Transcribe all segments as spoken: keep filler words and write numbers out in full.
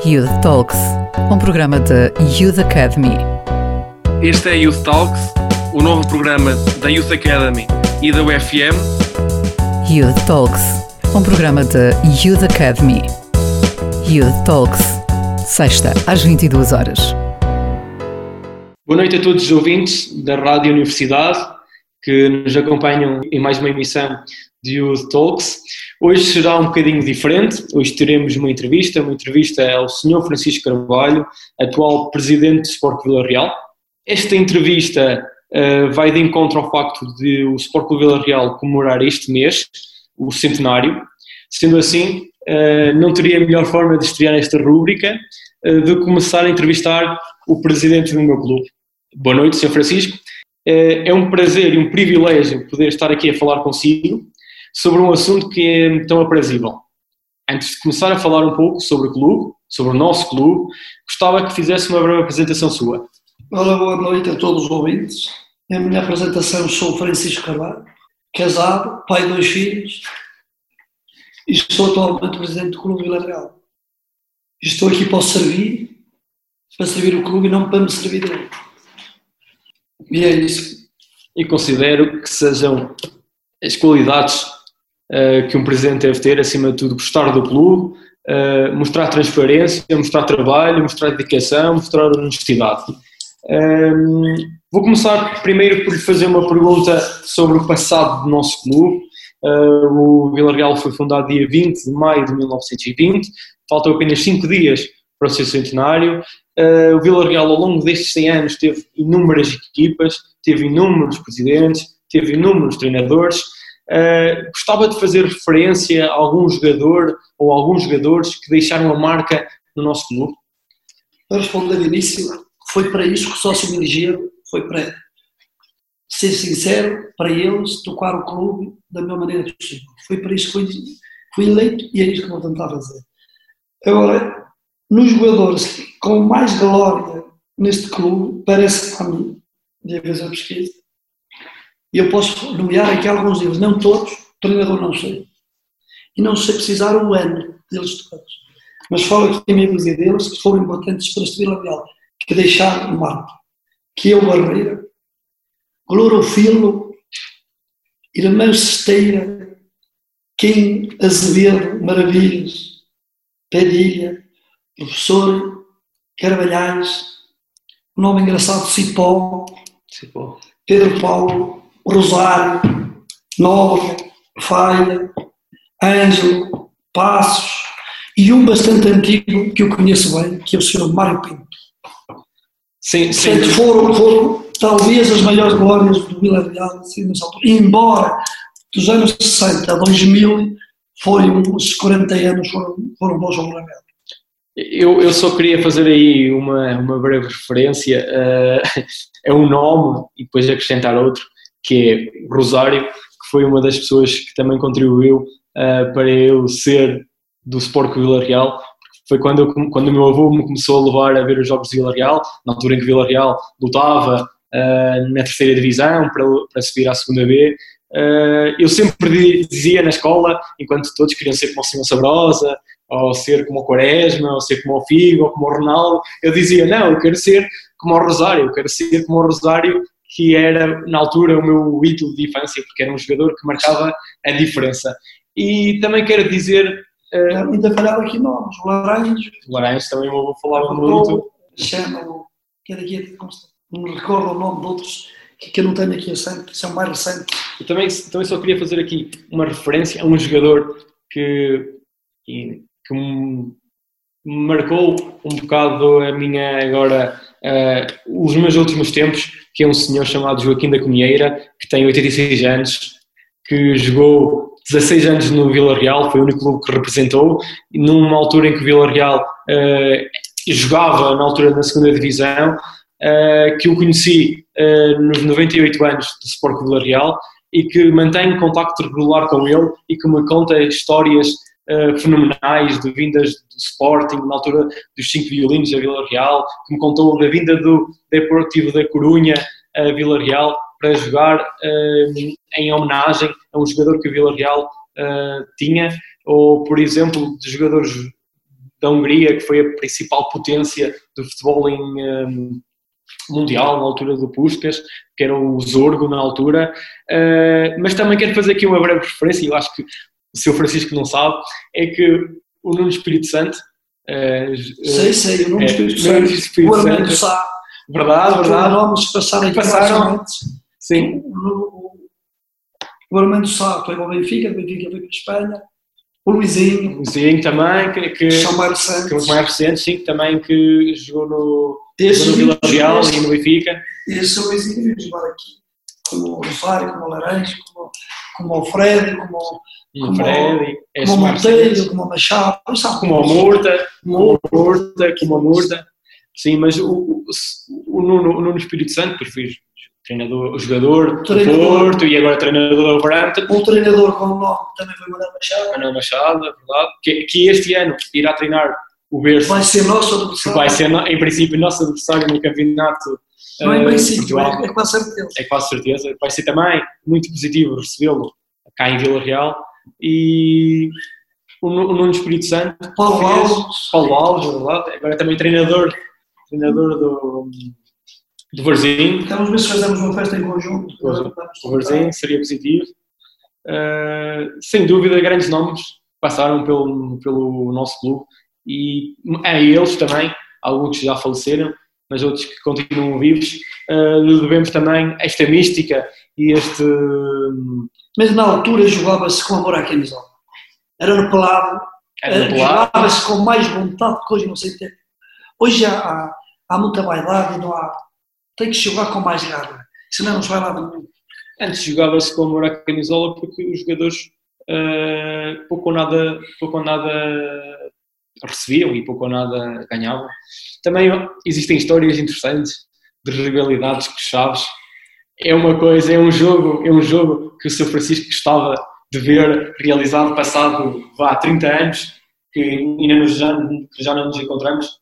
Youth Talks, um programa da Youth Academy. Este é Youth Talks, o novo programa da Youth Academy e da U F M. Youth Talks, um programa da Youth Academy. Youth Talks, sexta às vinte e duas horas. Boa noite a todos os ouvintes da Rádio Universidade que nos acompanham em mais uma emissão de Youth Talks. Hoje será um bocadinho diferente. Hoje teremos uma entrevista, uma entrevista ao senhor Francisco Carvalho, atual presidente do Sport Vila Real. Esta entrevista uh, vai de encontro ao facto de o Sport Vila Real comemorar este mês o centenário. Sendo assim, uh, não teria melhor forma de estrear esta rúbrica uh, de começar a entrevistar o presidente do meu clube. Boa noite, senhor Francisco. Uh, é um prazer e um privilégio poder estar aqui a falar consigo sobre um assunto que é tão aprazível. Antes de começar a falar um pouco sobre o clube, sobre o nosso clube, gostava que fizesse uma breve apresentação sua. Olá, boa noite a todos os ouvintes. Na minha apresentação sou Francisco Carvalho, casado, pai de dois filhos e sou atualmente presidente do Clube Vila Real. Estou aqui para o servir, para servir o clube e não para me servir dele. E é isso. E considero que sejam as qualidades uh, que um presidente deve ter, acima de tudo, gostar do clube, uh, mostrar transparência, mostrar trabalho, mostrar dedicação, mostrar honestidade. Um, vou começar primeiro por lhe fazer uma pergunta sobre o passado do nosso clube. Uh, o Vila Real foi fundado dia vinte de maio de mil novecentos e vinte, faltam apenas cinco dias para o seu centenário. Uh, o Vila Real, ao longo destes cem anos, teve inúmeras equipas, teve inúmeros presidentes, teve inúmeros treinadores. Uh, gostava de fazer referência a algum jogador ou alguns jogadores que deixaram a marca no nosso clube? Para responder de início, foi para isso que o sócio me elegeram, foi para ser sincero, para eles tocar o clube da melhor maneira possível. Foi para isso que fui, fui eleito e é isso que vou tentar fazer. Agora, nos jogadores com mais glória neste clube, parece a mim, de fazer a pesquisa, e eu posso nomear aqui alguns deles, não todos, o treinador não sei, e não sei precisar o ano deles todos, mas falo aqui a minha dúzia deles que foram importantes para este Vila Real, que deixaram o marco, que é o Barreira, Glorofilo, Irmão Cesteira, Kim Azevedo, Maravilhas, Pedilha, Professor Carvalhais, o nome engraçado Cipó, Cipó. Pedro Paulo, Rosário, Nóbrega, Falha, Ângelo, Passos e um bastante antigo que eu conheço bem, que é o senhor Mário Pinto. Sim, sim. Portanto, foram, foram talvez as maiores glórias do Vila Real, assim, nessa altura. Embora dos anos sessenta a dois mil foram os quarenta anos, foram, foram bons ao Vila Real. Eu, eu só queria fazer aí uma, uma breve referência uh, a um nome e depois acrescentar outro, que é Rosário, que foi uma das pessoas que também contribuiu uh, para eu ser do Sport Vila Real, porque foi quando, eu, quando o meu avô me começou a levar a ver os jogos de Vila Real, na altura em que Vila Real lutava uh, na terceira divisão para, para subir à segunda B. Uh, eu sempre dizia na escola, enquanto todos queriam ser como o Simão Sabrosa, ou ser como o Quaresma, ou ser como o Figo, ou como o Ronaldo, eu dizia, não, eu quero ser como o Rosário, eu quero ser como o Rosário, que era na altura o meu ídolo de infância, porque era um jogador que marcava a diferença. E também quero dizer... Uh, ainda falhava aqui nomes, o Laranjo. O Laranjo também eu vou falar muito. Chama-o, que é daqui, não me recordo o nome de outros, que, que eu não tenho aqui a sangue, que são mais recentes. Eu também, também só queria fazer aqui uma referência a um jogador que, que, que me marcou um bocado a minha, agora, uh, os meus últimos tempos, que é um senhor chamado Joaquim da Cunheira, que tem oitenta e seis anos, que jogou dezasseis anos no Vila Real, foi o único clube que representou, e numa altura em que o Vila Real uh, jogava, na altura, na segunda divisão, uh, que eu conheci uh, nos noventa e oito anos do Sport Vila Real e que mantenho contacto regular com ele e que me conta histórias uh, fenomenais de vindas do Sporting, na altura dos cinco violinos a Vila Real, que me contou da vinda do Deportivo da Corunha a Vila Real para jogar uh, em homenagem a um jogador que o Vila Real uh, tinha, ou, por exemplo, de jogadores da Hungria, que foi a principal potência do futebol em, um, mundial, na altura do Puskás, que era o Zorgo na altura, uh, mas também quero fazer aqui uma breve referência, e eu acho que o senhor Francisco não sabe, é que o Nuno Espírito Santo... Uh, sei, sei, o Nuno é, Espírito Santo, Espírito o Armando Santo, Sá, verdade, verdade, nomes que passaram, passaram sim. O, o Armando Sá foi para o Benfica, o Benfica foi para a Espanha, o Luizinho, Luizinho também, que, que, São Mário Santos, que é o mais recente, sim, também que jogou no, esse jogou no Vila Real e no Benfica. Esse é o Luizinho veio jogar aqui, como o Rosário, como o Laranjo, como, como o Fred, como, como, Fred, como o Monteiro, como o Machado, como o Murta, como o Murta, como o Murta. Sim, mas o, o, o, Nuno, o Nuno Espírito Santo, que foi treinador, o jogador do Porto e agora treinador do Wolverhampton. O treinador com o nome também foi Manuel Machado. Manuel Machado, é verdade. Que, que este ano irá treinar o Berço. Vai ser nosso adversário. Vai ser, em princípio, nosso adversário no campeonato. Não é em princípio, uh, é, é quase certeza. É quase certeza. Vai ser também muito positivo recebê-lo cá em Vila Real. E o, o Nuno Espírito Santo. Paulo Alves. Paulo Alves, é verdade. Agora também treinador, treinador do... do Varzinho. Vamos ver se fazemos uma festa em conjunto. O Varzinho seria positivo. Uh, sem dúvida, grandes nomes passaram pelo, pelo nosso clube e a eles também, alguns que já faleceram, mas outros que continuam vivos, uh, devemos também esta mística e este... Mas na altura jogava-se com amor à camisola. Era no pelado, jogava-se com mais vontade que hoje não sei ter. Hoje há, há, há muita vaidade e não há... Tem que jogar com mais garra, senão não se vai lá de novo. Antes jogava-se com amor à camisola porque os jogadores uh, pouco ou nada, pouco ou nada recebiam e pouco ou nada ganhavam. Também existem histórias interessantes de rivalidades com Chaves. É uma coisa, é um jogo, é um jogo que o senhor Francisco gostava de ver realizado passado vá, trinta anos, que ainda nos, já, já não nos encontramos.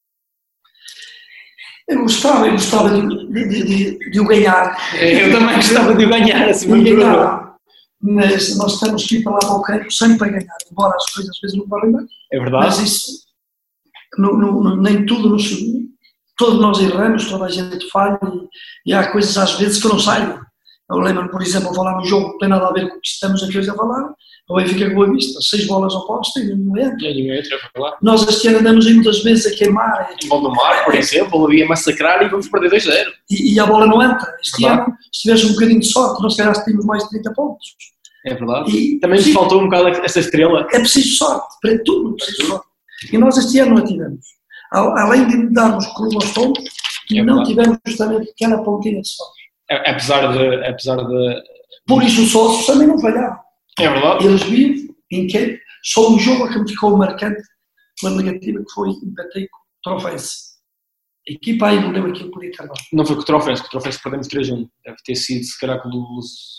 Eu gostava, eu gostava de, de, de, de o ganhar. Eu também gostava de o ganhar, assim, de ganhar. Mas nós temos que ir para lá para o campo sempre para ganhar, embora as coisas às vezes não correm bem. É verdade. Mas isso, no, no, nem tudo, nos, todos nós erramos, toda a gente falha e, e há coisas às vezes que não saem. Eu lembro, por exemplo, a falar no jogo que tem nada a ver com o que estamos aqui hoje a falar, o Benfica Boa Vista, seis bolas opostas e nenhum entra. Nenhum entra, é verdade. Nós este ano andamos aí muitas vezes a queimar. Em Valdemar, por exemplo, havia massacrar e vamos perder dois a zero. E, e a bola não entra. Este verdade. Ano, se tivesse um bocadinho de sorte, nós calhar tínhamos mais de trinta pontos. É verdade. E, Também nos faltou um bocado essa estrela. É preciso sorte, para tudo é preciso sorte. E nós este ano não a tivemos. Além de darmos clube aos pontos, é não tivemos justamente aquela pontinha de sorte. Apesar de, apesar de... Por isso os sócios também não falharam. É verdade. Eles viram em que só um jogo que me ficou marcante, uma negativa que foi empatei com o Trofense. A equipa aí não deu aquilo por intervalo. Não foi com o Trofense, com o Trofense perdemos três a um. Deve ter sido, se calhar, com o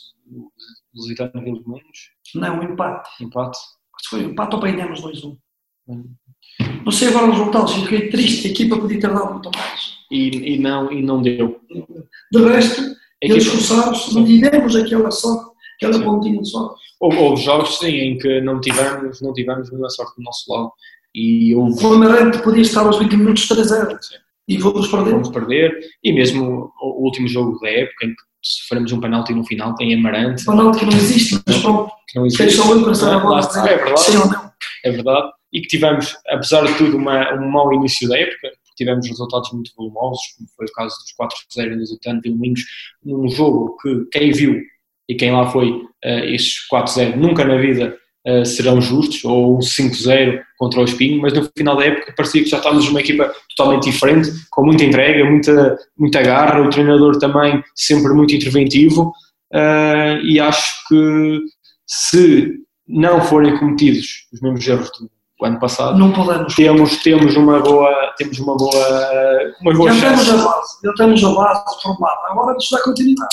Lusitano Vila de Menos. Não, um empate. Empate. Se foi um empate ou ganhamos dois a um. Hum. Não sei agora os resultados, fiquei triste, a equipa podia ter dado muito mais. E, e, não, e não deu. De resto, eles esforçaram-se, não tivemos aquela sorte, aquela pontinha de sorte. Houve, houve jogos, sim, em que não tivemos, não tivemos nenhuma sorte do nosso lado. E houve... O Amarante podia estar aos vinte minutos três a zero. E vamos perder. Vamos perder. E mesmo o, o último jogo da época, em que sofremos um penalti no final, tem Amarante. Penalti que não existe, mas pronto. Que não existe. Só eu pensar a bola. É verdade. Sim ou não. É verdade. E que tivemos, apesar de tudo, uma, um mau início da época, porque tivemos resultados muito volumosos, como foi o caso dos quatro a zero no Lusitano de Domingos, num jogo que quem viu e quem lá foi, uh, estes quatro a zero nunca na vida uh, serão justos, ou um cinco a zero contra o Espinho, mas no final da época parecia que já estávamos numa equipa totalmente diferente, com muita entrega, muita, muita garra, o treinador também sempre muito interventivo, uh, e acho que se não forem cometidos os mesmos erros do o ano passado, não podemos. Temos, temos uma boa, temos uma boa, uma boa já chance. Temos a base, já temos a base formada, agora nos dá continuidade.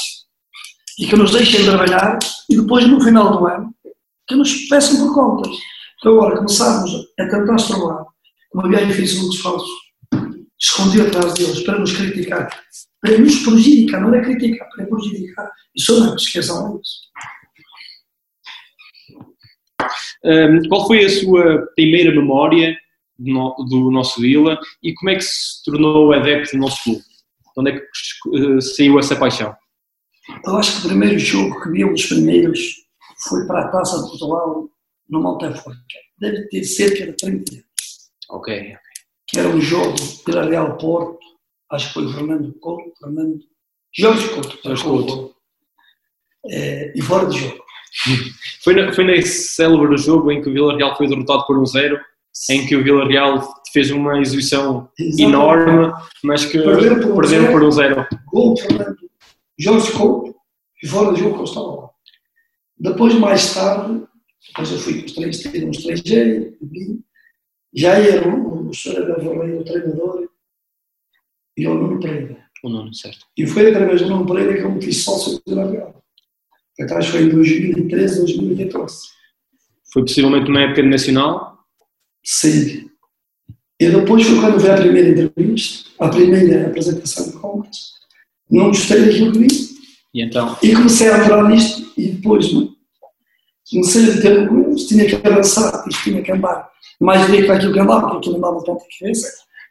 E que nos deixem trabalhar e depois no final do ano, que nos peçam por contas. Então agora começarmos a tentar se trabalhar, como havia em Facebook falsos, escondido atrás deles para nos criticar, para nos prejudicar, não é criticar, para prejudicar. Isso não, esqueçam eles. Um, qual foi a sua primeira memória do, no, do nosso Vila e como é que se tornou adepto do nosso clube? De onde é que uh, saiu essa paixão? Eu acho que o primeiro jogo que vi, um dos primeiros, foi para a Taça de Portugal no Monteforte. Deve ter cerca de trinta anos. Ok. Que era um jogo pela Real Porto, acho que foi o Fernando Couto, Fernando... Jorge Couto. Jorge Couto. É, e fora de jogo. Foi, na, foi nesse célebre jogo em que o Vila Real foi derrotado por um zero, em que o Vila Real fez uma exibição Exatamente. enorme, mas que perderam por, perderam por um zero. Gol de Fernando Jorge Couto e fora de jogo que eu estava lá. Depois, mais tarde, depois eu fui para os três, um estrangeiro, já era o, o senhor Abel Vermelho, o treinador, e o Nuno Pereira. O Nuno, certo. E foi através do Nuno Pereira que eu me fiz sócio do Vila Real. Atrás foi em dois mil e treze, dois mil e quatorze. Foi possivelmente uma época de Nacional? Sim. E depois foi quando veio a primeira entrevista, a primeira apresentação de compras. Não gostei daquilo que vi. E então? E comecei a entrar nisto e depois comecei a ter com eles, tinha que avançar, isto tinha que andar mais direito para aquilo que andava, porque aquilo andava ponta de cabeça.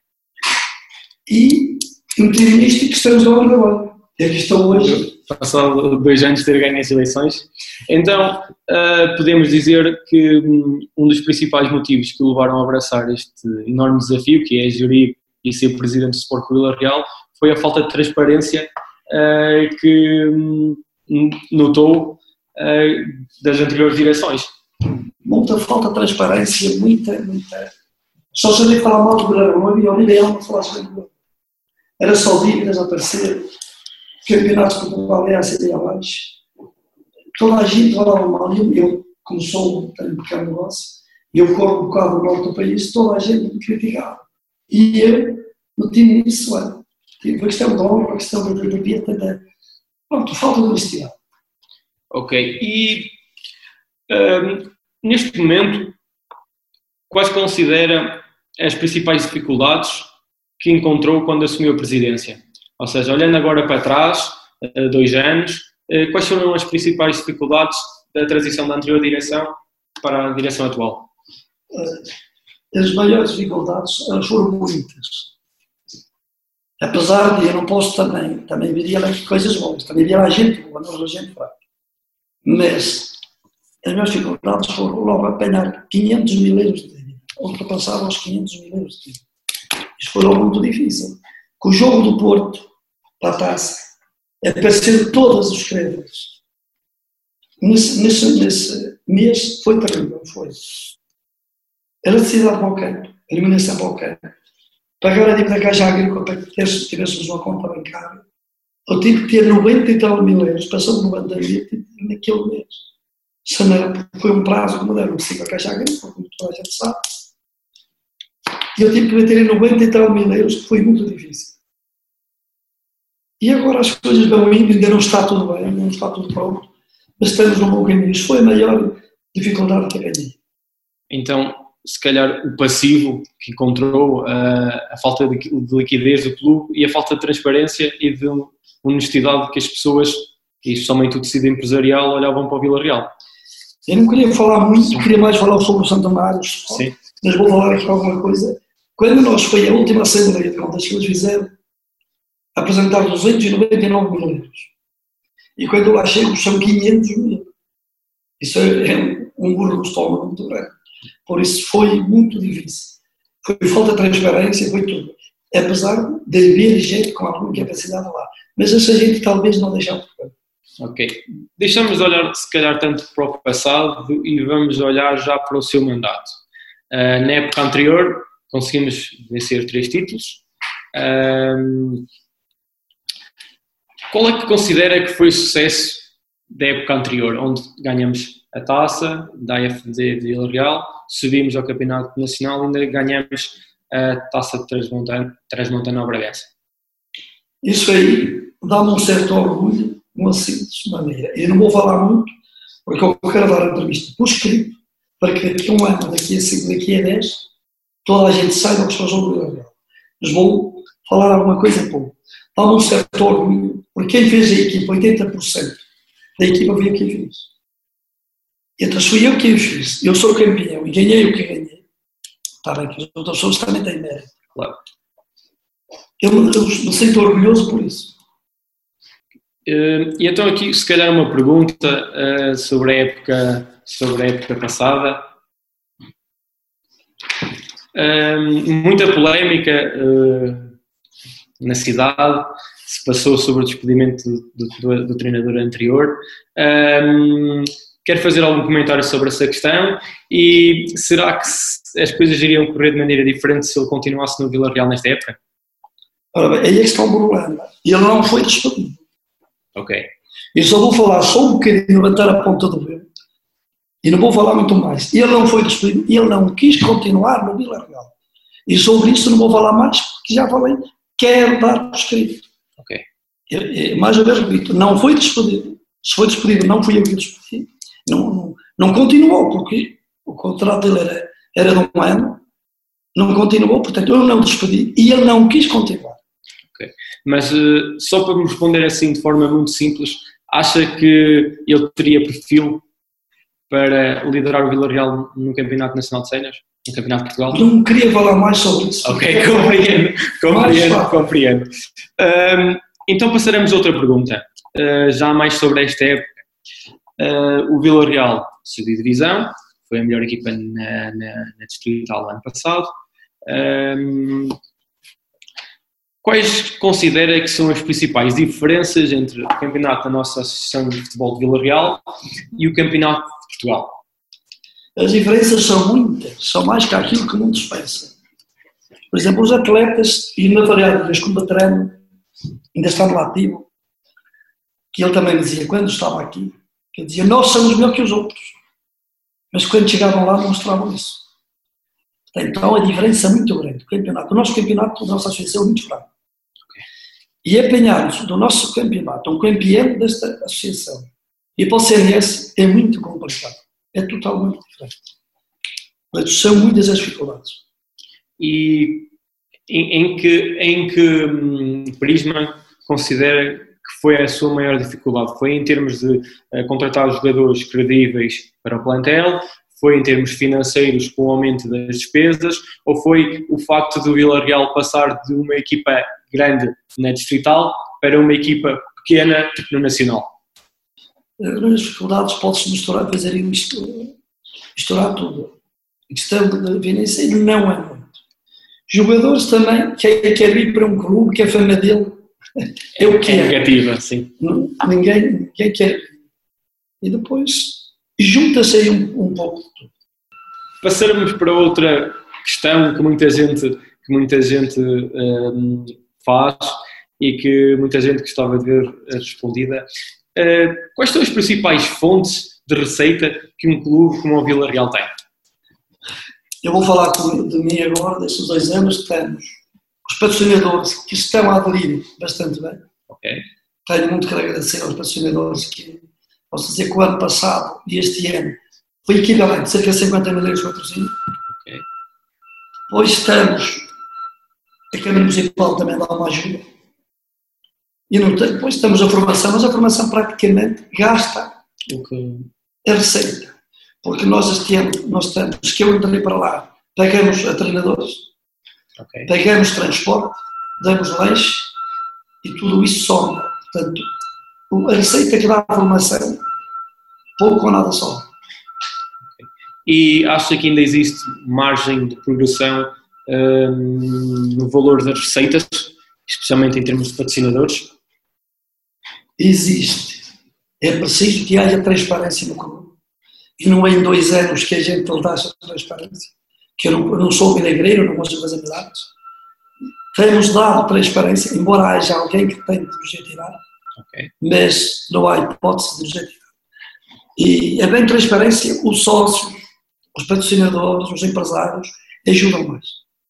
E eu meti nisto e que estamos agora agora. É que estou hoje. Passado dois anos de ter ganho as eleições. Então, uh, podemos dizer que um dos principais motivos que o levaram a abraçar este enorme desafio, que é gerir e ser presidente do Sport Clube Vila Real, foi a falta de transparência uh, que um, notou uh, das anteriores direções. Muita falta de transparência, muita, muita... Só sabia falar mal do Vila Real, não havia o ideal para falar sobre o Era só dívidas a aparecer, campeonatos de Portugal é a ser abaixo. Toda a gente falava mal, eu, eu como sou, tenho um pequeno negócio, e eu corro um bocado no norte do país, toda a gente me criticava. E eu meti-me nisso, olha, tipo, a questão de honra, a questão da terapia, tanta... Pronto, falta de honestidade. Ok, e um, neste momento, quais considera as principais dificuldades que encontrou quando assumiu a presidência? Ou seja, olhando agora para trás, dois anos, quais foram as principais dificuldades da transição da anterior direção para a direção atual? As maiores dificuldades foram muitas. Apesar de eu não posso também, também viria lá coisas boas, também viria lá gente boa, não a gente fraca. Mas as minhas dificuldades foram logo apanhar quinhentos mil euros de dívida, ultrapassar os quinhentos mil euros de dívida. Isto foi logo muito difícil. Com o jogo do Porto, para a taça, apareceram todos os créditos. Nesse, nesse, nesse mês foi terrível, foi. Eletricidade para o campo, iluminação para o campo, pagar a dívida da Caixa Agrícola para que tivéssemos uma conta bancária. Eu tive que ter noventa e tal mil euros, passou de noventa mil naquele mês. Se não, foi um prazo que me deram, que siga a Caixa Agrícola, como toda a gente sabe. E eu tive que meter em noventa e tal mil euros, que foi muito difícil. E agora as coisas vão indo, ainda não está tudo bem, não está tudo pronto, mas estamos num bom caminho. Isso foi a maior dificuldade que eu ganhei. Então, se calhar o passivo que encontrou, a, a falta de, de liquidez do clube e a falta de transparência e de honestidade que as pessoas, e especialmente o tecido empresarial, olhavam para o Vila Real. Eu não queria falar muito, Sim. queria mais falar sobre o Santo Amaro, Sim. mas vou falar aqui alguma coisa. Quando nós foi a última Assembleia de Contas que eles fizeram, apresentaram duzentos e noventa e nove mil euros. E quando lá chego são quinhentos mil. Isso é um, um burro no estômago muito grande. Por isso foi muito difícil. Foi falta de transparência, foi tudo. Apesar de haver gente com alguma capacidade lá. Mas essa gente talvez não deixava por cá. Ok. Deixamos de olhar, se calhar, tanto para o passado e vamos olhar já para o seu mandato. Uh, na época anterior, conseguimos vencer três títulos. Uh, qual é que considera que foi o sucesso da época anterior, onde ganhamos a taça da A F D de Vila Real, subimos ao Campeonato Nacional e ainda ganhamos a taça de Transmontana, Transmontana ao Bragança? Isso aí dá-me um certo orgulho, uma simples maneira. Eu não vou falar muito, porque eu quero dar a entrevista por escrito, para que daqui a um ano, daqui a cinco, daqui a dez, toda a gente saiba que estou sobre o Vila Real. Mas vou falar alguma coisa pouco. Dá-me um certo orgulho, porque quem fez a equipa, oitenta por cento da equipa foi eu quem fez. Então fui eu quem fiz. Eu sou campeão e ganhei o que ganhei. Está bem que as outras pessoas também têm mérito. Claro. Eu, eu me sinto orgulhoso por isso. Uh, e então aqui, se calhar, uma pergunta uh, sobre, a época, sobre a época passada. Uh, muita polémica uh, na cidade se passou sobre o despedimento do, do, do treinador anterior. Uh, quero fazer algum comentário sobre essa questão e será que as coisas iriam correr de maneira diferente se ele continuasse no Vila Real nesta época? Ora bem, aí é que está o problema. Ele não foi despedido. Ok. Eu só vou falar só um bocadinho, levantar a ponta do dedo. E não vou falar muito mais. Ele não foi despedido, ele não quis continuar no Vila Real. E sobre isso não vou falar mais, porque já falei, quero dar por escrito. Ok. Eu, eu, mais uma vez repito, não foi despedido. Se foi despedido, não fui eu que o despedi. Não, não, não continuou, porque o contrato dele era, era de um ano. Não continuou, portanto, eu não o despedi e ele não quis continuar. Ok. Mas uh, só para me responder assim de forma muito simples, acha que ele teria perfil para liderar o Vila Real no Campeonato Nacional de Séniores? No Campeonato de Portugal? Não queria falar mais sobre isso. Ok, compreendo, compreendo, compreendo. Um, então passaremos a outra pergunta, uh, já mais sobre esta época. Uh, o Vila Real subiu de divisão, foi a melhor equipa na, na, na Distrital ano passado. Um, quais considera que são as principais diferenças entre o campeonato da nossa Associação de Futebol de Vila Real e o Campeonato de Portugal? As diferenças são muitas, são mais que aquilo que muitos pensam. Por exemplo, os atletas, e na variedade vez como veterano, ainda está no ativo, que ele também me dizia, quando estava aqui, que ele dizia, nós somos melhor que os outros. Mas quando chegavam lá não mostravam isso. Então a diferença é muito grande. O, campeonato, o nosso campeonato, a nossa associação é muito fraco. E apanharmos do nosso campeonato um campeão desta associação e para o C N S é muito complicado. É totalmente diferente. Mas são muitas as dificuldades. E em, em que, em que hum, prisma considera que foi a sua maior dificuldade? Foi em termos de uh, contratar jogadores credíveis para o plantel? Foi em termos financeiros com o aumento das despesas? Ou foi o facto do Vila Real passar de uma equipa grande na Distrital para uma equipa pequena no Nacional? Nas dificuldades pode-se misturar, fazer misturar tudo. A questão da financeira não é muito. Jogadores também, quem quer ir para um clube que a fama dele é o que é. É negativa, sim. Ninguém, ninguém quer. E depois junta-se aí um, um pouco de tudo. Passarmos para outra questão que muita gente, que muita gente um, faz e que muita gente gostava de ver respondida. Uh, quais são as principais fontes de receita que um clube como o Vila Real tem? Eu vou falar de mim agora, destes dois anos que temos os patrocinadores que estão a aderir bastante bem. Okay. Tenho muito que agradecer aos patrocinadores que, posso dizer que o ano passado e este ano foi equivalente, cerca de cinquenta mil euros de patrocínio. Okay. Depois temos a Câmara Municipal também dá uma ajuda. E não tem, depois temos a formação, mas a formação praticamente gasta okay. a receita. Porque nós este ano, nós temos, que eu entrei para lá, pagamos a treinadores, okay. pagamos transporte, damos lanche e tudo isso soma. Portanto, a receita que dá a formação, pouco ou nada só. Okay. E acha que ainda existe margem de progressão hum, no valor das receitas, especialmente em termos de patrocinadores? Existe. É preciso que haja transparência no clube. E não é em dois anos que a gente lhe dá essa transparência. Que eu não, eu não sou milagreiro, não gosto de fazer milagres. Temos dado transparência, embora haja alguém que tenha de nos tirar, okay. mas não há hipótese de nos tirar. E a bem transparência, os sócios, os patrocinadores, os empresários, ajudam mais.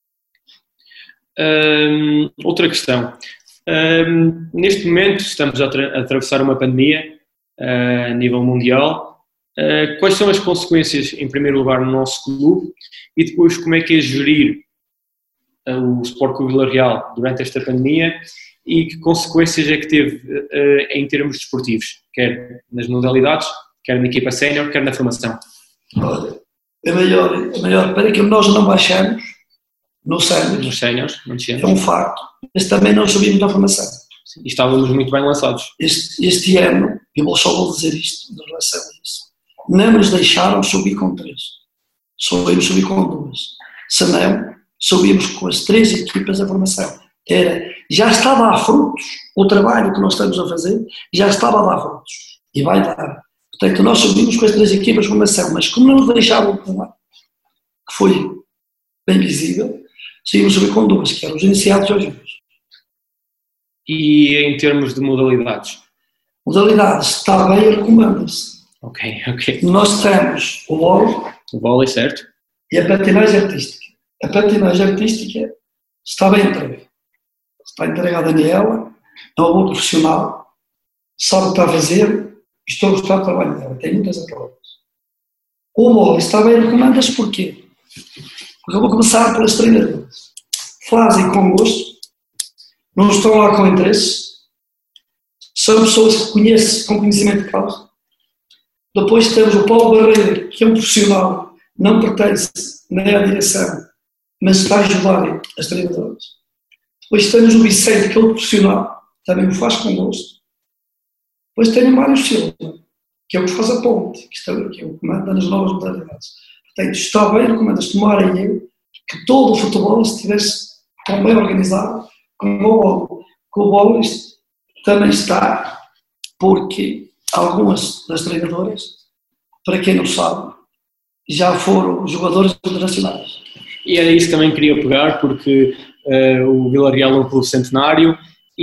Hum, outra questão. Um, neste momento estamos a, a atravessar uma pandemia uh, a nível mundial. Uh, quais são as consequências, em primeiro lugar, no nosso clube e depois como é que é gerir uh, o Sport Clube Vila Real durante esta pandemia e que consequências é que teve uh, em termos desportivos, quer nas modalidades, quer na equipa sénior, quer na formação? Olha, a maior, a maior pena é que nós não baixamos nos séniores. Nos séniores, não descemos. É um facto. Mas também não subimos na formação. E estávamos muito bem lançados. Este, este ano, eu vou só vou dizer isto em relação a isso, não nos deixaram subir com três. Subimos subir com duas. Se não, subimos com as três equipas da formação. Era, já estava a frutos o trabalho que nós estamos a fazer, já estava a dar frutos. E vai dar. Portanto, nós subimos com as três equipas de formação, mas como não nos deixavam com lá, que foi bem visível, subimos subir com duas, que eram os iniciados e os júniores. E em termos de modalidades? Modalidades, está bem e recomenda-se. Ok, ok. Nós temos o vôlei. O vôlei, certo. E a patinagem artística. A patinagem artística está bem entregue. Está entregue à Daniela, é uma boa profissional, sabe o que está a fazer, e estou a gostar do trabalho dela, tem muitas atletas. O vôlei está bem, recomenda-se porquê? Porque eu vou começar pelas treinadoras. Fazem com gosto, não estão lá com interesse, são pessoas que conhecem com conhecimento de causa. Depois temos o Paulo Barreira, que é um profissional, não pertence nem à direção, mas está a ajudar as treinadoras. Depois temos o Vicente, que é outro profissional, também o faz com gosto. Depois tenho o Mário Silva, que é o que faz a ponte, que, está, que é o que manda nas novas modalidades. Portanto, está bem, recomendo-se tomarem eu, que todo o futebol estivesse tão bem organizado, como o vôlei. O vôlei também está, porque algumas das treinadoras, para quem não sabe, já foram jogadores internacionais. E era isso que também queria pegar, porque uh, o Vila-Real é um clube centenário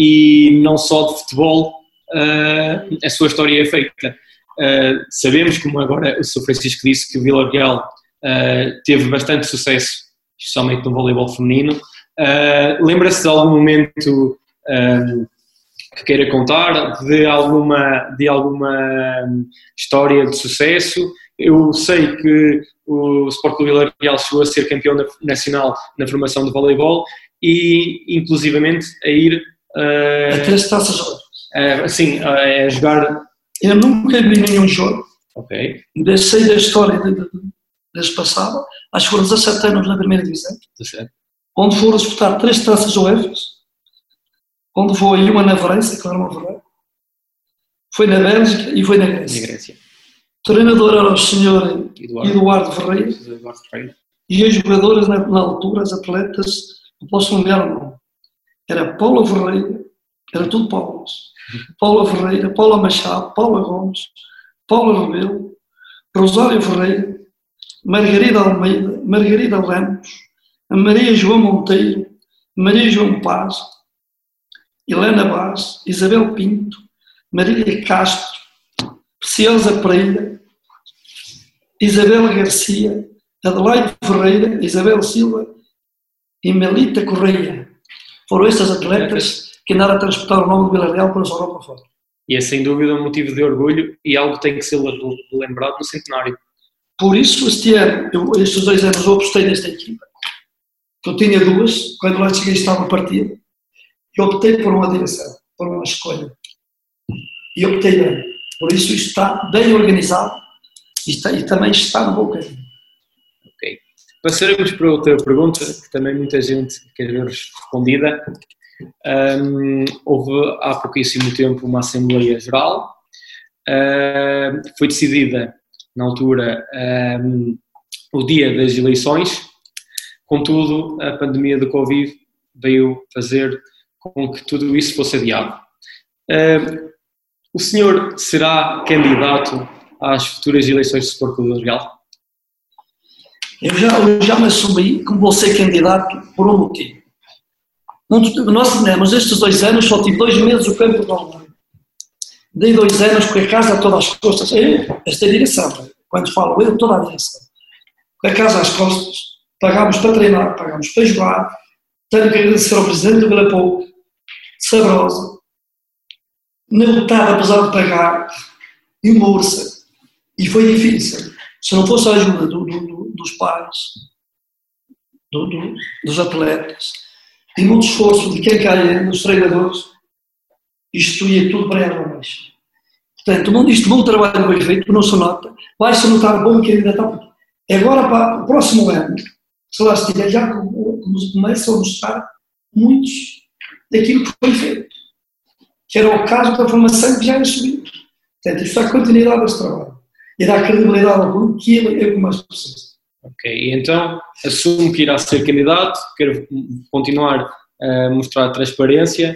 e não só de futebol uh, a sua história é feita. Uh, sabemos, como agora o senhor Francisco disse, que o Vila-Real uh, teve bastante sucesso, especialmente no voleibol feminino. Uh, lembra-se de algum momento uh, que queira contar, de alguma, de alguma história de sucesso? Eu sei que o Sport Clube Vila-Real chegou a ser campeão nacional na formação de voleibol e, inclusivamente, a ir... Uh, a três taças uh, Sim, uh, a jogar... Eu nunca vi nenhum jogo. Ok. Sei da história de, de, de, desde passado. Acho que foram dezassete anos na primeira divisão. dezassete. Onde foram disputar três taças UEFA. Onde foi uma na França, claro, uma verdade. Foi na Bélgica e foi na Grécia. Na Grécia. O treinador era o senhor Eduardo, Eduardo Ferreira. Eduardo Ferreira. E as jogadoras, na, na altura, as atletas, não posso nomear o nome. Era Paula Ferreira, era tudo Paulas. Paula Ferreira, Paula Machado, Paula Gomes, Paula Rebelo, Rosário Ferreira, Margarida Almeida, Margarida Ramos, Maria João Monteiro, Maria João Paz, Helena Vaz, Isabel Pinto, Maria Castro, Preciosa Pereira, Isabel Garcia, Adelaide Ferreira, Isabel Silva e Melita Correia. Foram estas atletas que andaram a transportar o nome do Vila-Real para a Europa fora. E é sem dúvida um motivo de orgulho e algo que tem que ser lembrado no centenário. Por isso, este ano, eu, estes dois anos, eu apostei nesta equipa. Eu tinha duas, quando lá cheguei estava partida. Eu optei por uma direção, por uma escolha. E optei bem. Por isso isto está bem organizado e, está, e também está no bom caminho. Ok. Passaremos para outra pergunta, que também muita gente quer ver respondida. Um, houve há pouquíssimo tempo uma Assembleia Geral. Uh, foi decidida, na altura, um, o dia das eleições. Contudo, a pandemia do Covid veio fazer com que tudo isso fosse adiado. Uh, o senhor será candidato às futuras eleições do Sport Clube Vila-Real? Eu já, eu já me assumi como vou ser candidato por um motivo. Nós tivemos estes dois anos, só tive dois meses o campo de online. Dei dois anos com a casa a todas as costas. Eu, esta é a direção. Quando falo eu, toda a direção. Com a casa às costas, pagámos para treinar, pagámos para jogar. Tenho que agradecer ao Presidente do Vila Pouco, Sabrosa, não estava apesar de pagar, e uma ursa. E foi difícil. Se não fosse a ajuda do, do, do, dos pais, do, do, dos atletas, e muito esforço de quem caia, dos treinadores, isto ia tudo para ela abaixo. Portanto, isto bom trabalho foi feito, não se nota, vai-se notar bom candidato. Agora, para o próximo ano, se lá estiver, já começam a mostrar muitos daquilo que foi feito, que era o caso da formação que já é subido. Portanto, isto dá continuidade a este trabalho e dá credibilidade ao grupo, que é o que mais precisa. Ok, e então assumo que irá ser candidato, quero continuar a mostrar transparência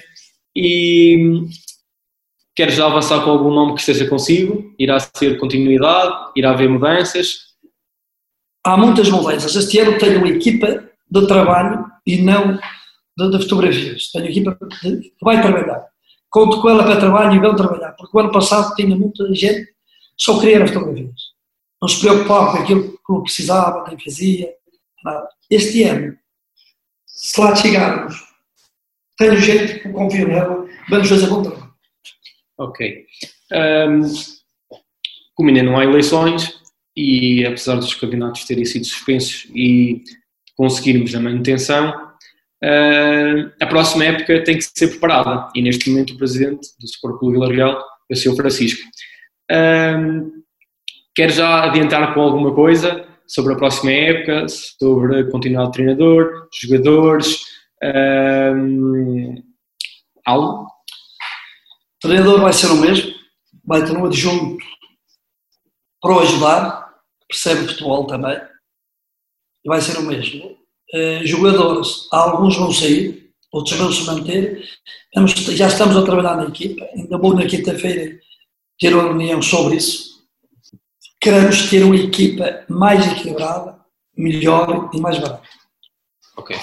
e quero já avançar com algum nome que esteja consigo? Irá ser continuidade? Irá haver mudanças? Há muitas mudanças. Este ano tenho uma equipa de trabalho e não de, de fotografias. Tenho uma equipa de, que vai trabalhar. Conto com ela para trabalho e vão trabalhar, porque o ano passado tinha muita gente que só queria as fotografias. Não se preocupava com aquilo que eu precisava, quem fazia, nada. Este ano, se lá chegarmos, tenho gente que confio nela, vamos fazer bom trabalho. Ok. Um, como ainda não há eleições e apesar dos campeonatos terem sido suspensos e conseguirmos a manutenção, uh, a próxima época tem que ser preparada e neste momento o presidente do Sport Clube Vila Real é o senhor Francisco. Um, quero já adiantar com alguma coisa sobre a próxima época, sobre a continuidade de treinador, jogadores, um, algo? O treinador vai ser o mesmo, vai ter um adjunto para o ajudar, percebe futebol também, e vai ser o mesmo. Uh, jogadores, alguns vão sair, outros vão se manter, Vamos, já estamos a trabalhar na equipa, ainda vou na quinta-feira ter uma reunião sobre isso. Queremos ter uma equipa mais equilibrada, melhor e mais barata. Ok.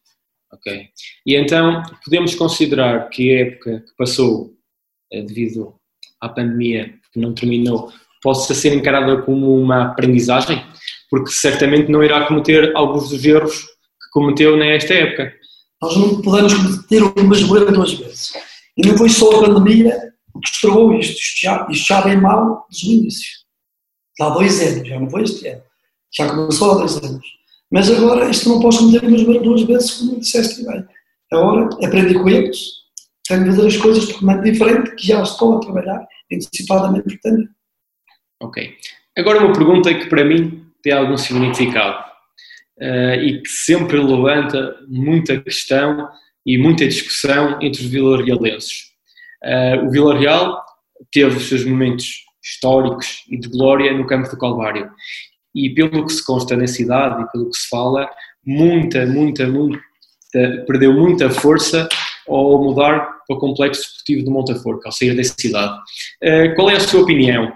Ok. E então, podemos considerar que a época que passou, devido à pandemia, que não terminou, possa ser encarada como uma aprendizagem? Porque certamente não irá cometer alguns dos erros que cometeu nesta época. Nós não podemos cometer o mesmo erro duas vezes. E não foi só a pandemia que estragou isto. Isto já, isto já vem mal desde o início. Há dois anos, já não foi este ano. Já começou há dois anos. Mas agora isto não posso cometer o mesmo erro duas vezes, como disseste bem. Agora, aprendi com eles, tenho de fazer as coisas de forma diferente, que já estou a trabalhar antecipadamente também. Ok. Agora uma pergunta que para mim tem algum significado uh, e que sempre levanta muita questão e muita discussão entre os vilarrealenses. Uh, o Vila Real teve os seus momentos históricos e de glória no campo do Calvário e pelo que se consta na cidade e pelo que se fala, muita, muita, muita, perdeu muita força ao mudar para o Complexo Desportivo de Montaforte, ao sair da cidade. Uh, qual é a sua opinião?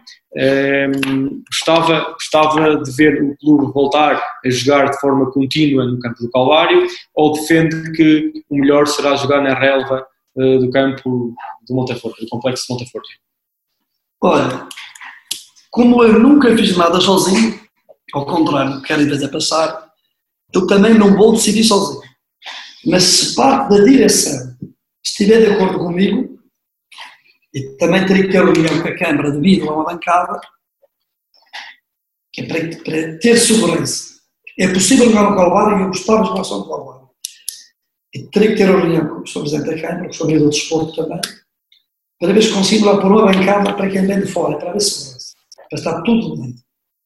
Uh, gostava, gostava de ver o clube voltar a jogar de forma contínua no campo do Calvário ou defende que o melhor será jogar na relva uh, do campo do Montaforte, do Complexo de Montaforte? Olha, como eu nunca fiz nada sozinho, ao contrário, quero fazer passar, eu também não vou decidir sozinho. Mas se parte da direção estiver de acordo comigo, e também teria que ter reunião com a Câmara devido a uma bancada, que é para, para ter segurança. É possível jogar no Calvário e eu gostava de jogar só no Calvário. E teria que ter reunião com o Sr Presidente da Câmara, com o Sr Vereador do Desporto também, para ver se consigo lá pôr uma bancada para quem vem de fora, para ver segurança. Para estar tudo dentro.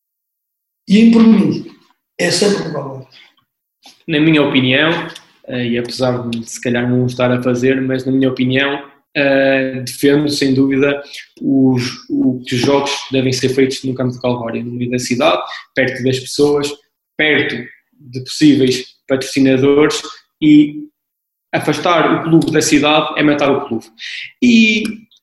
E por mim, é sempre no Calvário. Na minha opinião, e apesar de se calhar não estar a fazer, mas na minha opinião, uh, defendo sem dúvida os, o, que os jogos devem ser feitos no campo do Calvário, no meio da cidade, perto das pessoas, perto de possíveis patrocinadores e afastar o clube da cidade é matar o clube. E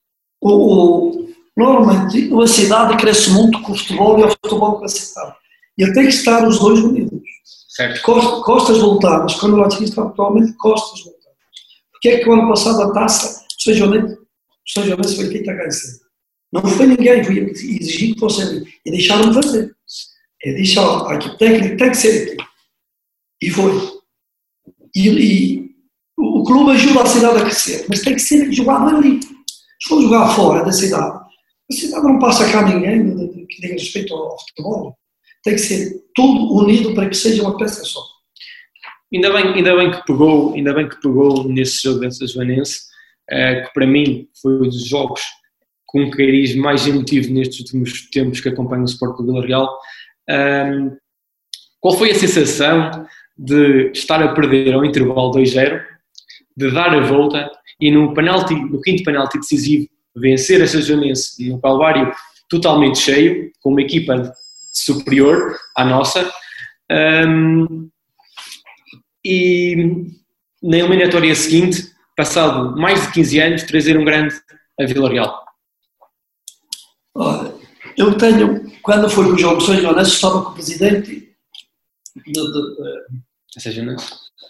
o, normalmente a cidade cresce muito com o futebol e o futebol com a cidade. E tem que estar os dois unidos. Certo. Costas voltadas, quando eu atingi atualmente, costas voltadas. Porque é que o ano passado a taça do São Joanense foi feita cá em cima? Não foi ninguém, foi exigir que fosse ali. E deixaram-me fazer. É deixar a equipe técnica tem que ser aqui. E foi. E, e o clube ajuda a cidade a crescer, mas tem que ser jogado ali. Se for jogar fora da cidade, a cidade não passa cá ninguém que diga respeito ao futebol. Tem que ser tudo unido para que seja uma peça só. Ainda bem, ainda bem que pegou, ainda bem que pegou nesse jogo da São Joanense, uh, que para mim foi um dos jogos com um cariz mais emotivo nestes últimos tempos que acompanho o Sport Clube Vila Real. Um, qual foi a sensação de estar a perder ao intervalo dois zero, de dar a volta e no, penalti, no quinto penalti decisivo vencer a Sazonense no Calvário totalmente cheio, com uma equipa superior à nossa, um, e na eliminatória seguinte, passado mais de quinze anos, trazer um grande a Vila Real? Olha, eu tenho, quando foi o jogo São Joanense, estava com o presidente da São Joanense,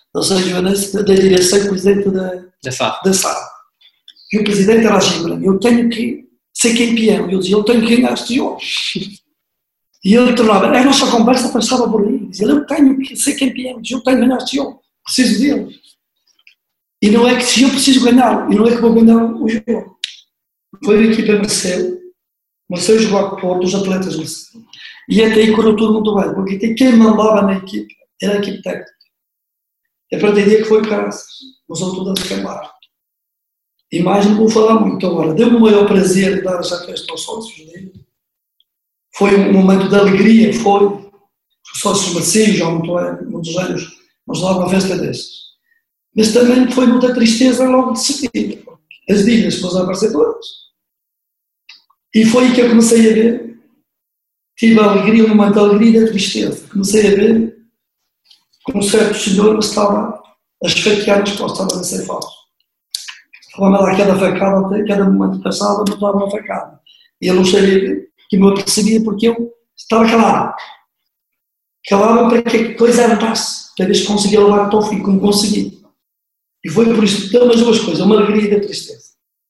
da direção, o presidente da, da S A F. Da S A F. E o presidente era assim para mim: eu tenho que ser campeão. E eu dizia: eu tenho que ganhar este jogo. E ele tornava, a nossa conversa passava por aí. Dizia: eu tenho que ser campeão, eu tenho que ganhar este jogo, preciso dele. E não é que se eu preciso ganhar, e não é que vou ganhar o jogo. Foi a equipa Marcelo, Marcelo jogou a Porto, os atletas Marcelo. E até aí correu tudo muito bem, porque quem mandava na equipa era a equipe técnica. É para ter dia que foi Caraças, mas são todas a acabar. E mais não vou falar muito agora. Deu-me o maior prazer de dar essa festa aos sócios dele. Foi um momento de alegria, foi. Os sócios mereciam, já há muitos anos, mas lá uma festa dessas. Mas também foi muita tristeza logo de seguida. As dívidas depois a aparecer todas. E foi aí que eu comecei a ver. Tive a alegria, um momento de alegria e de tristeza. Comecei a ver como um certo senhor me estava a esfaquear as costas, estava a ser falso. Estava lá cada facada, cada momento que passava, me dava uma facada. E eu não sabia que me apercebia porque eu estava calado. Calado para que a coisa avançasse, para ver se conseguia levar até ao fim, como consegui. E foi por isso que deu as duas coisas, uma alegria e a tristeza.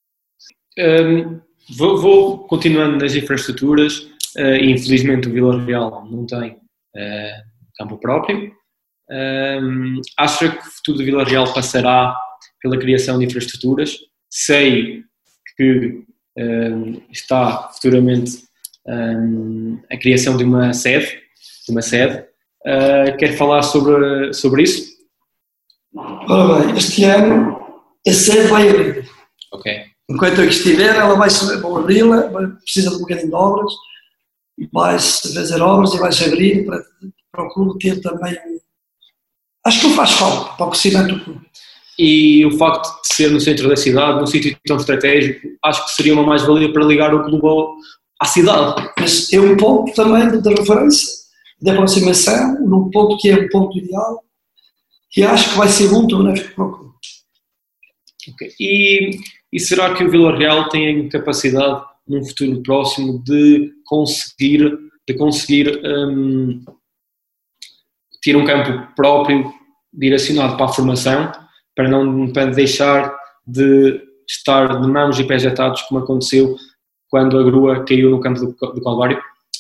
Um, vou, vou continuando nas infraestruturas, uh, e infelizmente o Vila Real não tem uh, campo próprio. Um, acha que o futuro do Vila Real passará pela criação de infraestruturas? Sei que um, está futuramente um, a criação de uma sede, de uma sede. Uh, quer falar sobre, sobre isso? Ora bem, este ano a sede vai abrir. Ok. Enquanto eu estiver, ela vai vão abri-la, precisa de um bocadinho de obras, vai-se fazer obras e vai-se abrir para, para o clube ter também. Acho que não faz falta para o crescimento do clube. E o facto de ser no centro da cidade, num sítio tão estratégico, acho que seria uma mais-valia para ligar o clube ao, à cidade. Mas é um ponto também de, de referência, de aproximação, num ponto que é um ponto ideal, que acho que vai ser muito benéfico para o clube. Okay. E, e será que o Vila Real tem capacidade, num futuro próximo, de conseguir, de conseguir um, ter um campo próprio direcionado para a formação, para não para deixar de estar de mãos e pés atados, como aconteceu quando a grua caiu no campo do, do Calvário?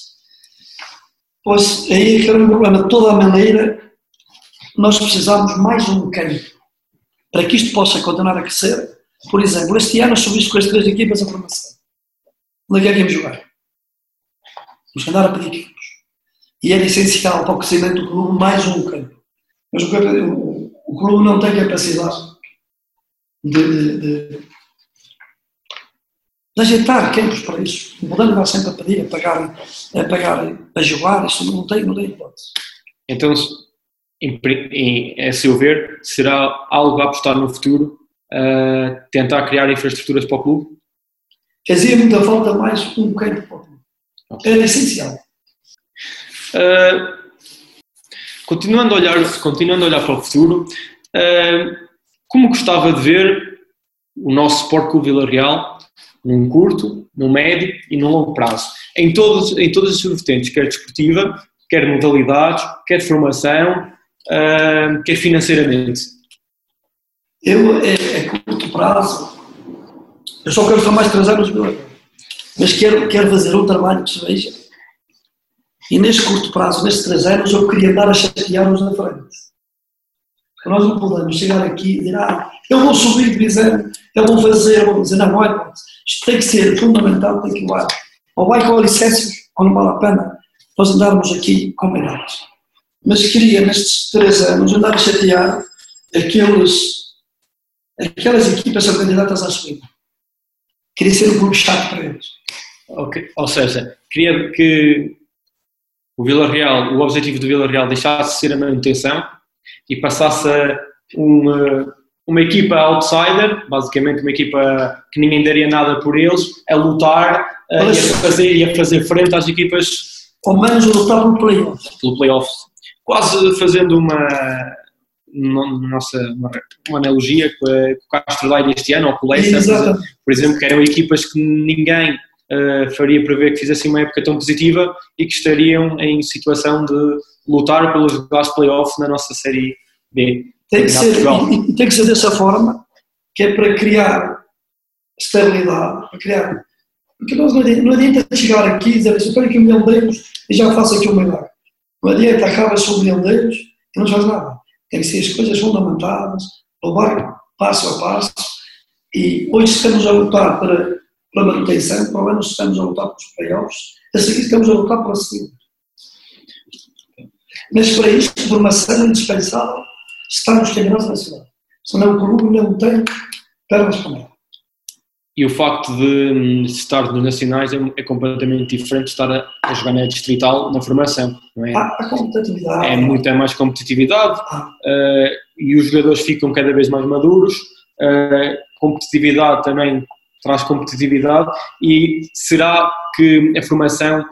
Pois, aí é que era um problema. De toda a maneira, nós precisamos mais um campo para que isto possa continuar a crescer. Por exemplo, este ano subimos com as três equipas a formação. Onde é que íamos jogar? Vamos andar a pedir equipes. E era essencial para o crescimento do clube mais um campo. Mas o, o, o clube não tem capacidade de, de, de, de ajeitar campos para isso. Não podemos dar sempre a pedir, a pagar, a, pagar, a jogar. Isto não tem, não tem hipótese. Então, em, em, a seu ver, será algo a apostar no futuro, uh, tentar criar infraestruturas para o clube? Fazia muita falta mais um campo para o clube. Okay. Era essencial. Uh, continuando, a olhar, continuando a olhar para o futuro, uh, como gostava de ver o nosso Sport Clube Vila Real num curto, num médio e num longo prazo, em, todos, em todas as suas vertentes, quer desportiva, quer modalidades, quer de formação, uh, quer financeiramente? Eu, a, a curto prazo, eu só quero estar mais três anos no Vila Real, mas quero, quero fazer um trabalho que se veja. E neste curto prazo, nestes três anos, eu queria andar a chatear-nos na frente. Porque nós não podemos chegar aqui e dizer, ah, eu vou subir de divisão, eu vou fazer, eu vou dizer, não, não é, isto tem que ser fundamental, tem que ir lá. Ou vai com licenças, ou não vale a pena nós andarmos aqui combinados. Mas queria, nestes três anos, andar a chatear aqueles, aquelas equipas são candidatas à subida. Queria ser um clube chato para eles. Ok, ou seja, queria que o Villarreal, o objetivo do Villarreal deixasse de ser a manutenção e passasse a uma, uma equipa outsider, basicamente uma equipa que ninguém daria nada por eles, a lutar uh, e, a fazer, e a fazer frente às equipas... Ou menos a lutar pelo playoff. Pelo playoff. Quase fazendo uma, uma, nossa, uma, uma analogia com, a, com o Castro Daire este ano, ou com o Leicester, por exemplo, que eram equipas que ninguém uh, faria prever que fizessem uma época tão positiva e que estariam em situação de lutar pelos lugares de playoff na nossa Série B. Tem que, ser, e, tem que ser dessa forma, que é para criar estabilidade, para criar... Porque nós não adianta, não adianta chegar aqui e dizer, eu tenho aqui um milhão de euros e já faço aqui um milagre. Não adianta, acaba-se um milhão de euros e não faz nada. Tem que ser as coisas fundamentadas, levar passo a passo, e hoje estamos a lutar para, para a manutenção, para o ano estamos a lutar pelos playoffs, a seguir estamos a lutar para a segunda. Mas para isto, formação é indispensável, está nos campeonatos nacionais. Senão o clube não tem pernas para nada. E o facto de estar nos nacionais é, é completamente diferente de estar a, a jogar na distrital, na formação, não é? Há, há competitividade. É muita mais competitividade ah. uh, e os jogadores ficam cada vez mais maduros, uh, competitividade também traz competitividade, e será que a formação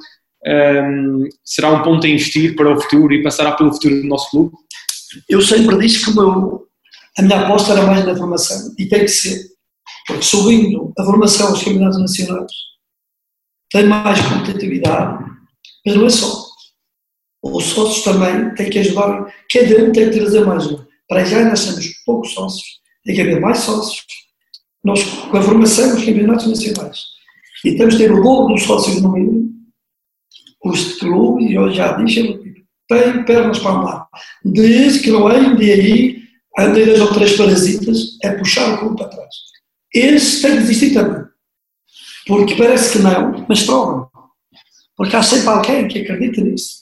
um, será um ponto a investir para o futuro e passará pelo futuro do nosso clube? Eu sempre disse que o meu, a minha aposta era mais na formação, e tem que ser. Porque subindo a formação aos campeonatos nacionais tem mais competitividade, mas não é só. Os sócios também têm que ajudar, cada um tem que trazer mais um. Para já nós temos poucos sócios, tem que haver mais sócios. Nós, com a formação dos campeonatos nacionais, e temos que ter o dobro dos sócios no mínimo, os clubes, e eu já disse, tem pernas para andar. Desde que não andem aí, andem dois ou três parasitas, é puxar o clube para trás. Eles têm que desistir também, porque parece que não, mas provam, porque há sempre alguém que acredita nisso,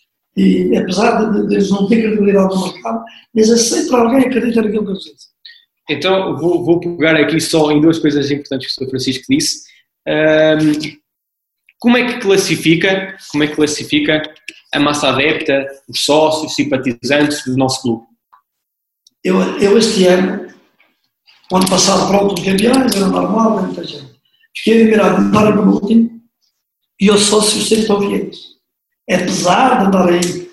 e apesar de, de eles não terem credibilidade no mercado, mas é sempre alguém que acredita naquilo que eles dizem. Então vou, vou pegar aqui só em duas coisas importantes que o senhor Francisco disse. Um, como é que classifica, como é que classifica a massa adepta, os sócios, simpatizantes do nosso clube? Eu, eu este ano, o ano passado, pronto, os campeões, era normal, era muita gente. Fiquei admirado de andar no último e os sócios sempre estão fiéis. É pesar de andar aí.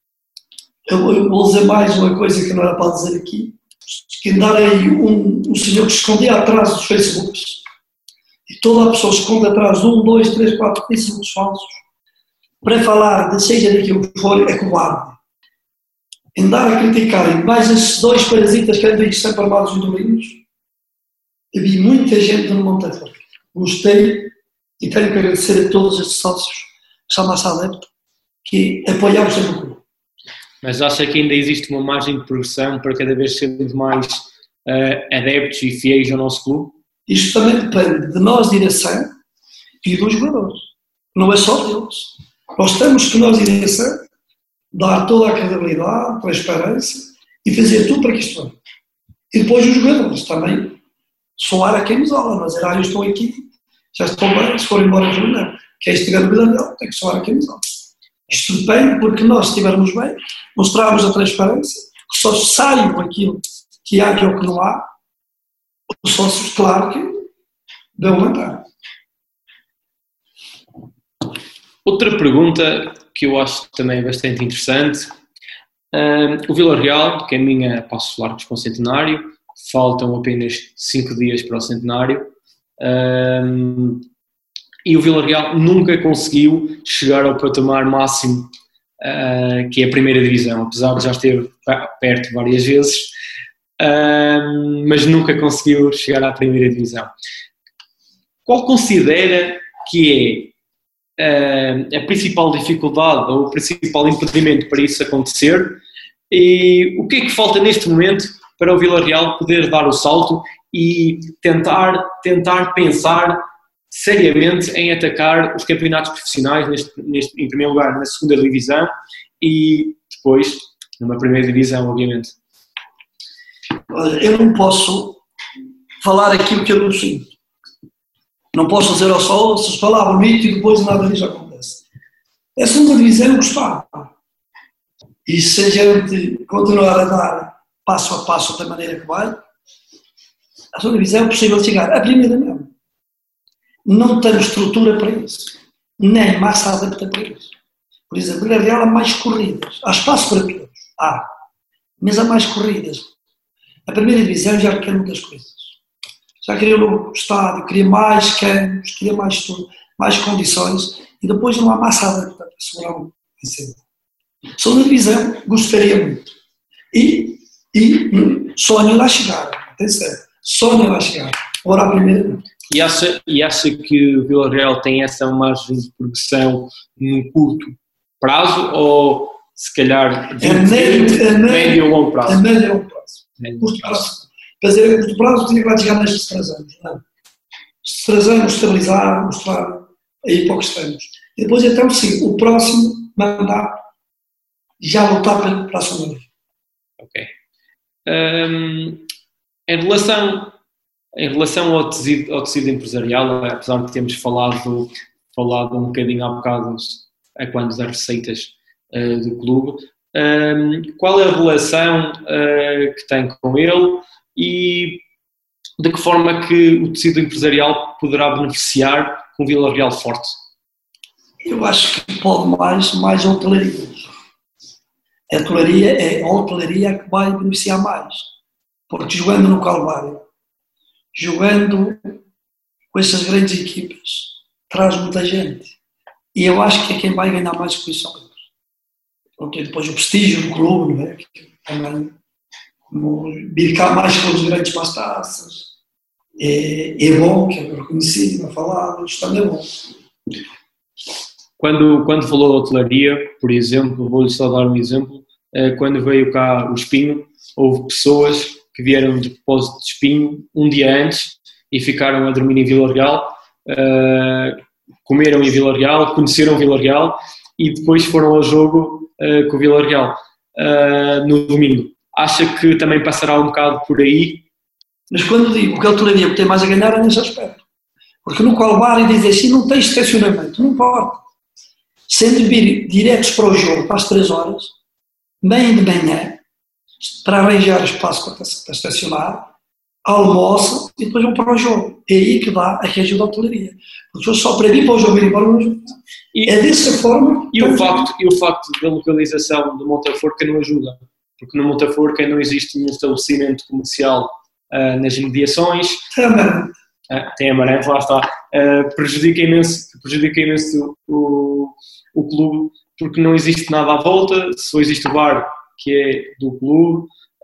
Eu, eu vou dizer mais uma coisa que não era para dizer aqui, que andar aí um, um senhor que se escondia atrás dos Facebooks, e toda a pessoa se esconde atrás de um, dois, três, quatro Facebooks falsos, para falar de seja daquilo que for, é covarde. Andar a criticar mais esses dois parasitas que andam sempre armados em domínios. Eu vi muita gente no Monte. Gostei e tenho que agradecer a todos estes sócios que são massa adepta, que apoiaram sempre o clube. Mas acha que ainda existe uma margem de progressão para cada vez sermos mais uh, adeptos e fiéis ao nosso clube? Isto também depende de nós, direção, e dos jogadores. Não é só deles. Nós temos que, nós, direção, dar toda a credibilidade, transparência e fazer tudo para que isto venha. E depois os jogadores também soar a camisola, não dizer, ah, eu estou aqui, já estou bem, se for embora, não. Quem estiver no Villarreal tem que soar a camisola. Isto depende, porque nós, se estivermos bem, mostrarmos a transparência, que só saiam aquilo que há e o que não há, os sócios, claro que dão vontade. Outra pergunta que eu acho também bastante interessante. Um, o Villarreal caminha a passos largos para o centenário, faltam apenas cinco dias para o centenário, um, e o Villarreal nunca conseguiu chegar ao patamar máximo, uh, que é a primeira divisão, apesar de já esteve perto várias vezes, um, mas nunca conseguiu chegar à primeira divisão. Qual considera que é uh, a principal dificuldade ou o principal impedimento para isso acontecer, e o que é que falta neste momento para o Villarreal poder dar o salto e tentar, tentar pensar seriamente em atacar os campeonatos profissionais, neste, neste, em primeiro lugar na segunda divisão e depois numa primeira divisão, obviamente? Eu não posso falar aquilo que eu não sinto. Não posso dizer ao sol, se falar bonito e depois nada disso acontece. A segunda divisão eu gostava. E se a gente continuar a dar passo a passo da maneira que vai, a segunda divisão é possível chegar. A primeira não. Não temos estrutura para isso. Nem massa adapta para isso. Por exemplo, a Vila Real há mais corridas. Há espaço para todos. Há. Mas há mais corridas. A primeira divisão já requer muitas coisas. Já queria o estádio, queria mais campos, queria mais tudo, mais condições, e depois não há massa adapta para segurar um incêndio. Segunda divisão, gostaria muito. E, e sonho lá chegar. Atenção. Sonho lá chegar. Agora a primeira não. E acha, e acha que o Vila Real tem essa margem de progressão num curto prazo ou se calhar de é médio, é médio ou longo prazo? É médio ou longo prazo. É curto prazo. Quer dizer, a curto prazo tinha que lá chegar nestes três anos. Não. Estes três anos estabilizar, mostrar aí para o que estamos. E depois então sim, o próximo mandato já lutar para, para a segunda. Ok. Um, em relação Em relação ao tecido, ao tecido empresarial, apesar de termos falado, falado um bocadinho há bocado a quando das receitas uh, do clube, um, qual é a relação uh, que tem com ele e de que forma que o tecido empresarial poderá beneficiar com o Vila Real forte? Eu acho que pode mais, mais a hotelaria. A hotelaria é a hotelaria que vai beneficiar mais, porque jogando no Calvário, jogando com essas grandes equipas, traz muita gente. E eu acho que é quem vai ganhar mais posições. Porque depois o prestígio do clube, não é? Também, como vir cá mais com os grandes para as taças, é, é bom, que é reconhecido, é falado, isto também é bom. Quando, quando falou da hotelaria, por exemplo, vou-lhe só dar um exemplo, quando veio cá o Espinho, houve pessoas que vieram de depósito de Espinho um dia antes e ficaram a dormir em Vila Real, uh, comeram em Vila Real, conheceram Vila Real e depois foram ao jogo uh, com o Vila Real uh, no domingo. Acha que também passará um bocado por aí? Mas quando digo que a hotelaria tem mais a ganhar é nesse aspecto. Porque no Calvário diz assim, não tem estacionamento, não importa. Sendo vir diretos para o jogo, para as três horas, bem de manhã, para arranjar espaço para estacionar, almoçam e depois vão para o jogo. É aí que dá a que ajuda a hotelaria. Porque só para vir para o jogo e ir embora não ajuda. É dessa forma... E o, facto, e o facto da localização do Monteforca não ajuda. Porque no Monteforca não existe um estabelecimento comercial uh, nas mediações. Tem Amarante. Uh, tem Amarante, lá está. Uh, prejudica imenso, prejudica imenso o, o clube, porque não existe nada à volta, só existe o bar que é do clube,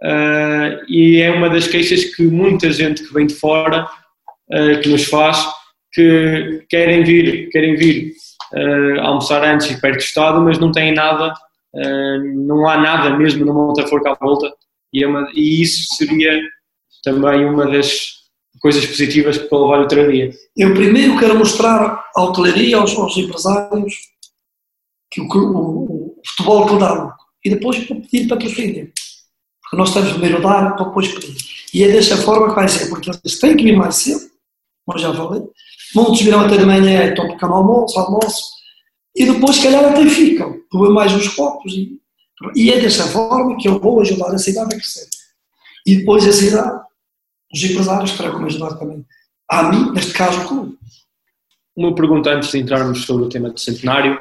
uh, e é uma das queixas que muita gente que vem de fora uh, que nos faz, que querem vir, querem vir uh, almoçar antes e perto do estádio, mas não têm nada, uh, não há nada mesmo no Monteforca à volta, e, é uma, e isso seria também uma das coisas positivas para levar o hotelaria. Eu primeiro quero mostrar à hotelaria, aos, aos empresários, que o, o, o futebol que dá, e depois para pedir patrocínio. Porque nós temos primeiro a dar para depois pedir. E é dessa forma que vai ser, porque eles têm que vir mais cedo, como já falei, muitos virão até de manhã, estão pequeno almoço, almoço, e depois se calhar até ficam, bebem mais uns copos, e, e é dessa forma que eu vou ajudar a cidade a crescer. E depois a cidade, os empresários terão como ajudar também. A mim, neste caso, o clube. Uma pergunta antes de entrarmos sobre o tema do centenário.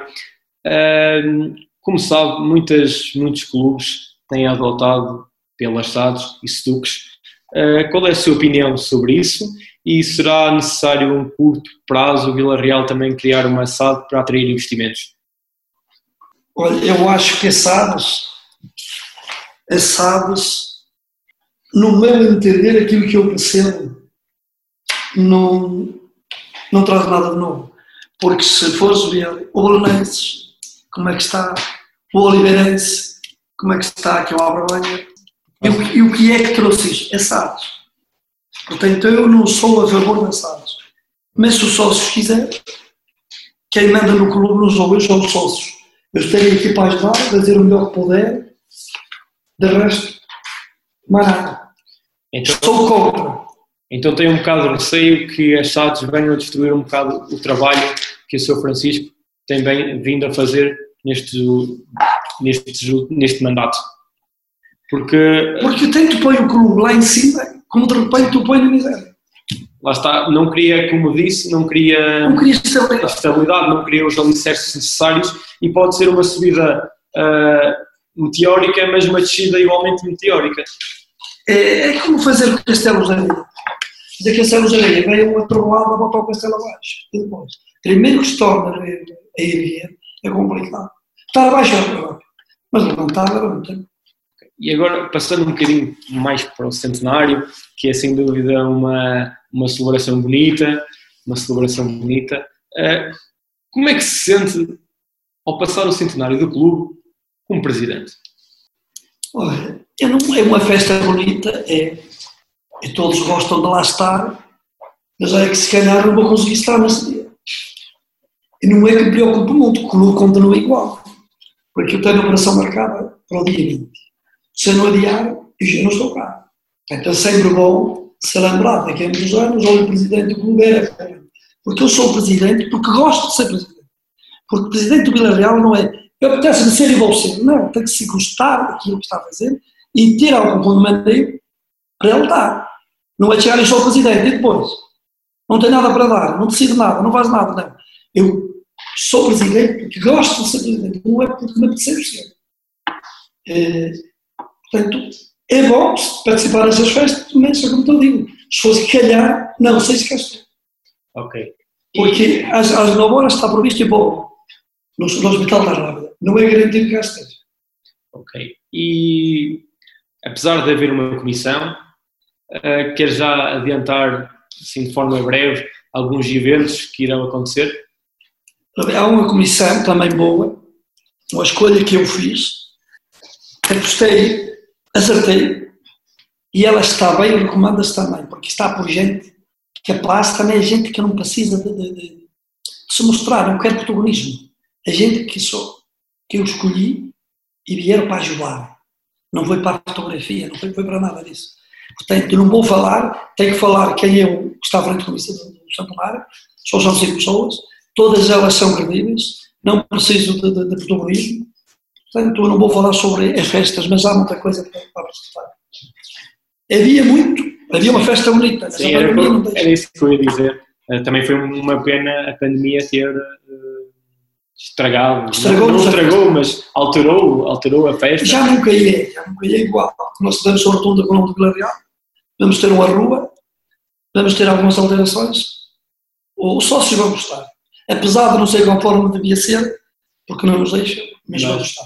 Uh, como sabe, muitas, muitos clubes têm adotado pelas S A Ds e S T U Cs. Uh, qual é a sua opinião sobre isso? E será necessário a um curto prazo o Vila Real também criar uma S A D para atrair investimentos? Olha, eu acho que as S A Ds, as S A Ds, no meu entender, aquilo que eu percebo, não, não traz nada de novo. Porque se fores ver o Belenenses, como é que está, o Oliveirense, como é que está aqui o Albrabanha, e, e o que é que trouxe isto? É S A Ds. Portanto, eu não sou a favor das S A Ds. Mas se os sócios quiserem, quem manda no clube não sou eu, são os sócios. Eu estarei aqui para ajudar, fazer o melhor que puder, de resto, mais nada. Então, Estou contra. Então tem um bocado de receio que as S A Ds venham a destruir um bocado o trabalho que o senhor Francisco tem bem vindo a fazer neste, neste, neste mandato. Porque, Porque tem que põe o clube lá em cima, como de repente tu põe na miséria. Lá está, não queria, como disse, não queria, não queria estabilidade. estabilidade, não queria os alicerces necessários e pode ser uma subida uh, meteórica, mas uma descida igualmente meteórica. É, é como fazer o Castelo de Areia. Fazer Castelo de Areia, veio uma trollada a botar o castelo abaixo. E depois, primeiro que se torna a erguer, é complicado. Estar abaixo é próprio, mas levantar, levanta. E agora, passando um bocadinho mais para o centenário, que é sem dúvida uma, uma celebração bonita, uma celebração bonita, uh, como é que se sente ao passar o centenário do clube como presidente? Olha, eu não, é uma festa bonita, é, e todos gostam de lá estar, mas é que se calhar não vou conseguir estar nesse dia. E não é que me preocupe muito, o clube continua igual, porque eu tenho a operação marcada para o dia vinte. Se não adiar, eu já não estou cá. Então é sempre bom se lembrar daqui a muitos anos, olha, o presidente do clube era, porque eu sou presidente porque gosto de ser presidente. Porque o presidente do Vila Real não é, eu apetece de ser e vou ser. Não, tem que se gostar daquilo que está a fazer e ter algum comprometimento para ele dar. Não é chegar e sou o presidente e depois não tenho nada para dar, não decido nada, não faço nada, não. Eu sou presidente porque gosto de ser presidente, não é porque me apetece ser. É, portanto, é bom participar dessas festas, mas é como eu digo, se fosse calhar, não sei se quer ser. Ok. Porque às, às nove horas está previsto e bom, no, no Hospital da Rábida. Não é garantido que cá esteja. Ok. E apesar de haver uma comissão, uh, quer já adiantar, assim, de forma breve, alguns eventos que irão acontecer? Há uma comissão também boa, uma escolha que eu fiz, apostei, acertei, e ela está bem, recomenda-se também, porque está por gente capaz, também é gente que não precisa de, de, de, de se mostrar, não quer protagonismo. A gente que sou, que eu escolhi e vieram para ajudar. Não foi para a fotografia, não foi, foi para nada disso. Portanto, eu não vou falar, tenho que falar quem é o que está à frente da comissão do centenário, só são cinco pessoas, todas elas são credíveis, não preciso de, de, de protagonismo. Portanto, eu não vou falar sobre as festas, mas há muita coisa para, para apresentar. Havia muito, havia uma festa bonita. Mas Sim, a era, não era isso que eu ia dizer. Uh, também foi uma pena a pandemia ter uh, estragado. Estragou, não, não estragou, mas alterou, alterou a festa. Já nunca é, já nunca é igual. Nós tivemos a rotunda com o nome de Vila Real, vamos ter uma rua, vamos ter algumas alterações, os sócios vão gostar. Apesar de não ser conforme devia ser, porque não nos deixa, mas vão gostar.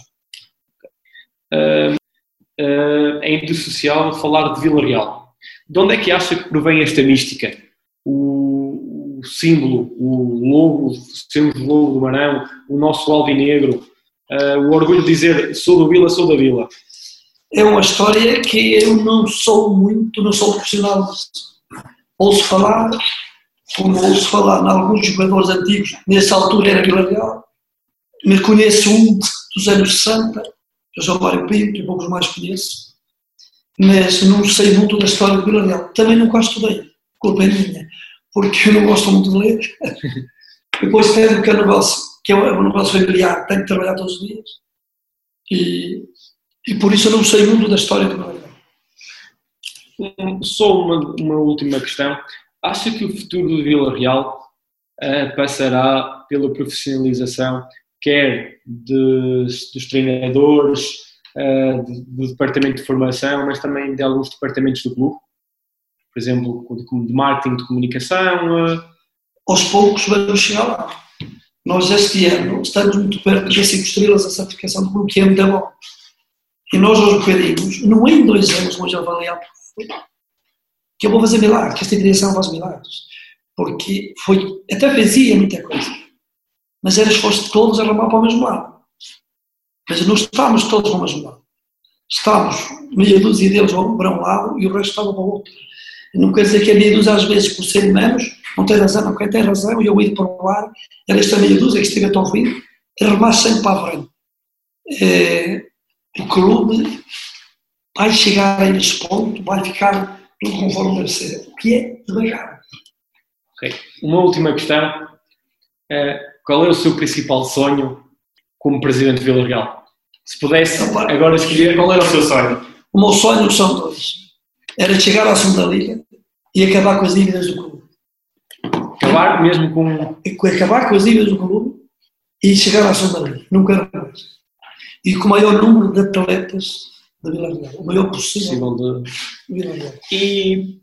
Uh, uh, é indissociável falar de Vila Real. De onde é que acha que provém esta mística? O, o símbolo, o logo, o símbolo do logo do Marão, o nosso alvinegro, uh, o orgulho de dizer sou do Vila, sou da Vila. É uma história que eu não sou muito, não sou profissional disso. Ouço falar, como ouço falar em alguns jogadores antigos, nessa altura era Vila Real, me conheço um dos anos sessenta, eu sou Mário Pinto e poucos mais conheço, mas não sei muito da história de Vila Real. Também nunca estudei, culpa é minha, porque eu não gosto muito de ler. Depois tenho que é um negócio, que é um negócio familiar, tenho que trabalhar todos os dias. E, e por isso eu não sei muito da história de Vila Real. Só uma, uma última questão. Acha que o futuro do Vila Real uh, passará pela profissionalização, quer de, dos treinadores, uh, do, do departamento de formação, mas também de alguns departamentos do clube? Por exemplo, de marketing, de comunicação? Uh... Aos poucos vamos chegar lá. Nós este ano estamos muito perto das cinco estrelas, a certificação do clube, que é muito bom. E nós aos bocadinhos, não é em dois anos, vamos avaliar que eu vou fazer milagres, que esta direção faz milagres. Porque foi, até fazia muita coisa, mas era esforço de todos a remar para o mesmo lado. Mas não estamos todos para o mesmo lado. Estamos, meia dúzia deles vão para um lado e o resto estava para o outro. Não quer dizer que a meia dúzia às vezes, por ser menos, não tem razão, não, quem tem razão, e eu ir para o ar, era esta meia dúzia que estive até ao fim, a remar sempre para a frente. É, o clube vai chegar a esse ponto, vai ficar tudo conforme deve ser, o que é devagar. Okay. Uma última questão. Uh, qual é o seu principal sonho como presidente de Vila Real? Se pudesse agora escolher, qual era o seu sonho? O meu sonho são dois. Era chegar à segunda liga e acabar com as dívidas do clube. Acabar mesmo com... Acabar com as dívidas do clube e chegar à segunda liga. Nunca era mais. E com o maior número de atletas da Vila Real. O maior possível, possível de Vila Real. E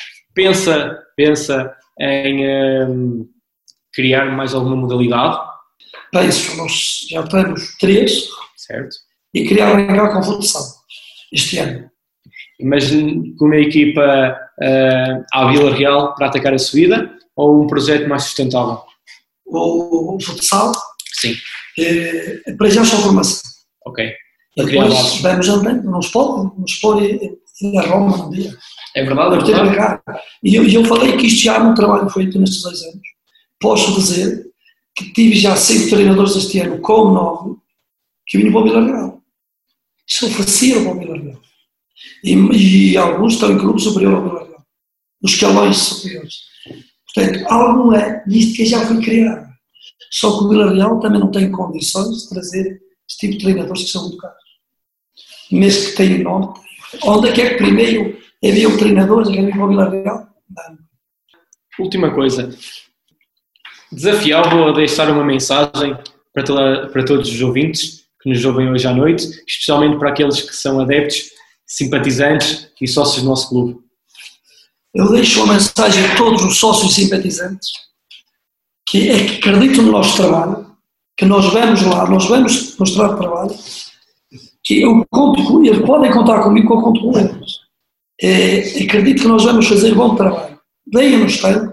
pensa, pensa em um, criar mais alguma modalidade? Penso, nós já temos três. Certo. E criar um legal com futsal este ano. Mas com uma equipa uh, à Vila Real para atacar a subida ou um projeto mais sustentável? O, o futsal? Sim. É, para já só formação. Ok. E depois vamos andando, não se pode, não se pode ir a Roma no dia. É verdade, é verdade. E eu, eu falei que isto já é um trabalho feito nestes dois anos. Posso dizer que tive já cinco treinadores este ano com nove que vinham para o Vila Real. Se ofereceram para o Vila Real. E, e alguns estão em clube superior ao Vila Real. Nos escalões superiores. Portanto, algo é isto que já foi criado. Só que o Vila Real também não tem condições de trazer este tipo de treinadores que são muito caros. Mesmo que tenham nome. Onde é que é que primeiro havia treinadores que vinham para o Vila Real? Não. Última coisa. Desafiava a deixar uma mensagem para, toda, para todos os ouvintes que nos ouvem hoje à noite, especialmente para aqueles que são adeptos, simpatizantes e sócios do nosso clube. Eu deixo uma mensagem a todos os sócios simpatizantes, que é que acreditam no nosso trabalho, que nós vamos lá, nós vamos mostrar o trabalho, que eu conto com eles, podem contar comigo que eu conto com eles. É, acredito que nós vamos fazer bom trabalho. Deem-nos tempo,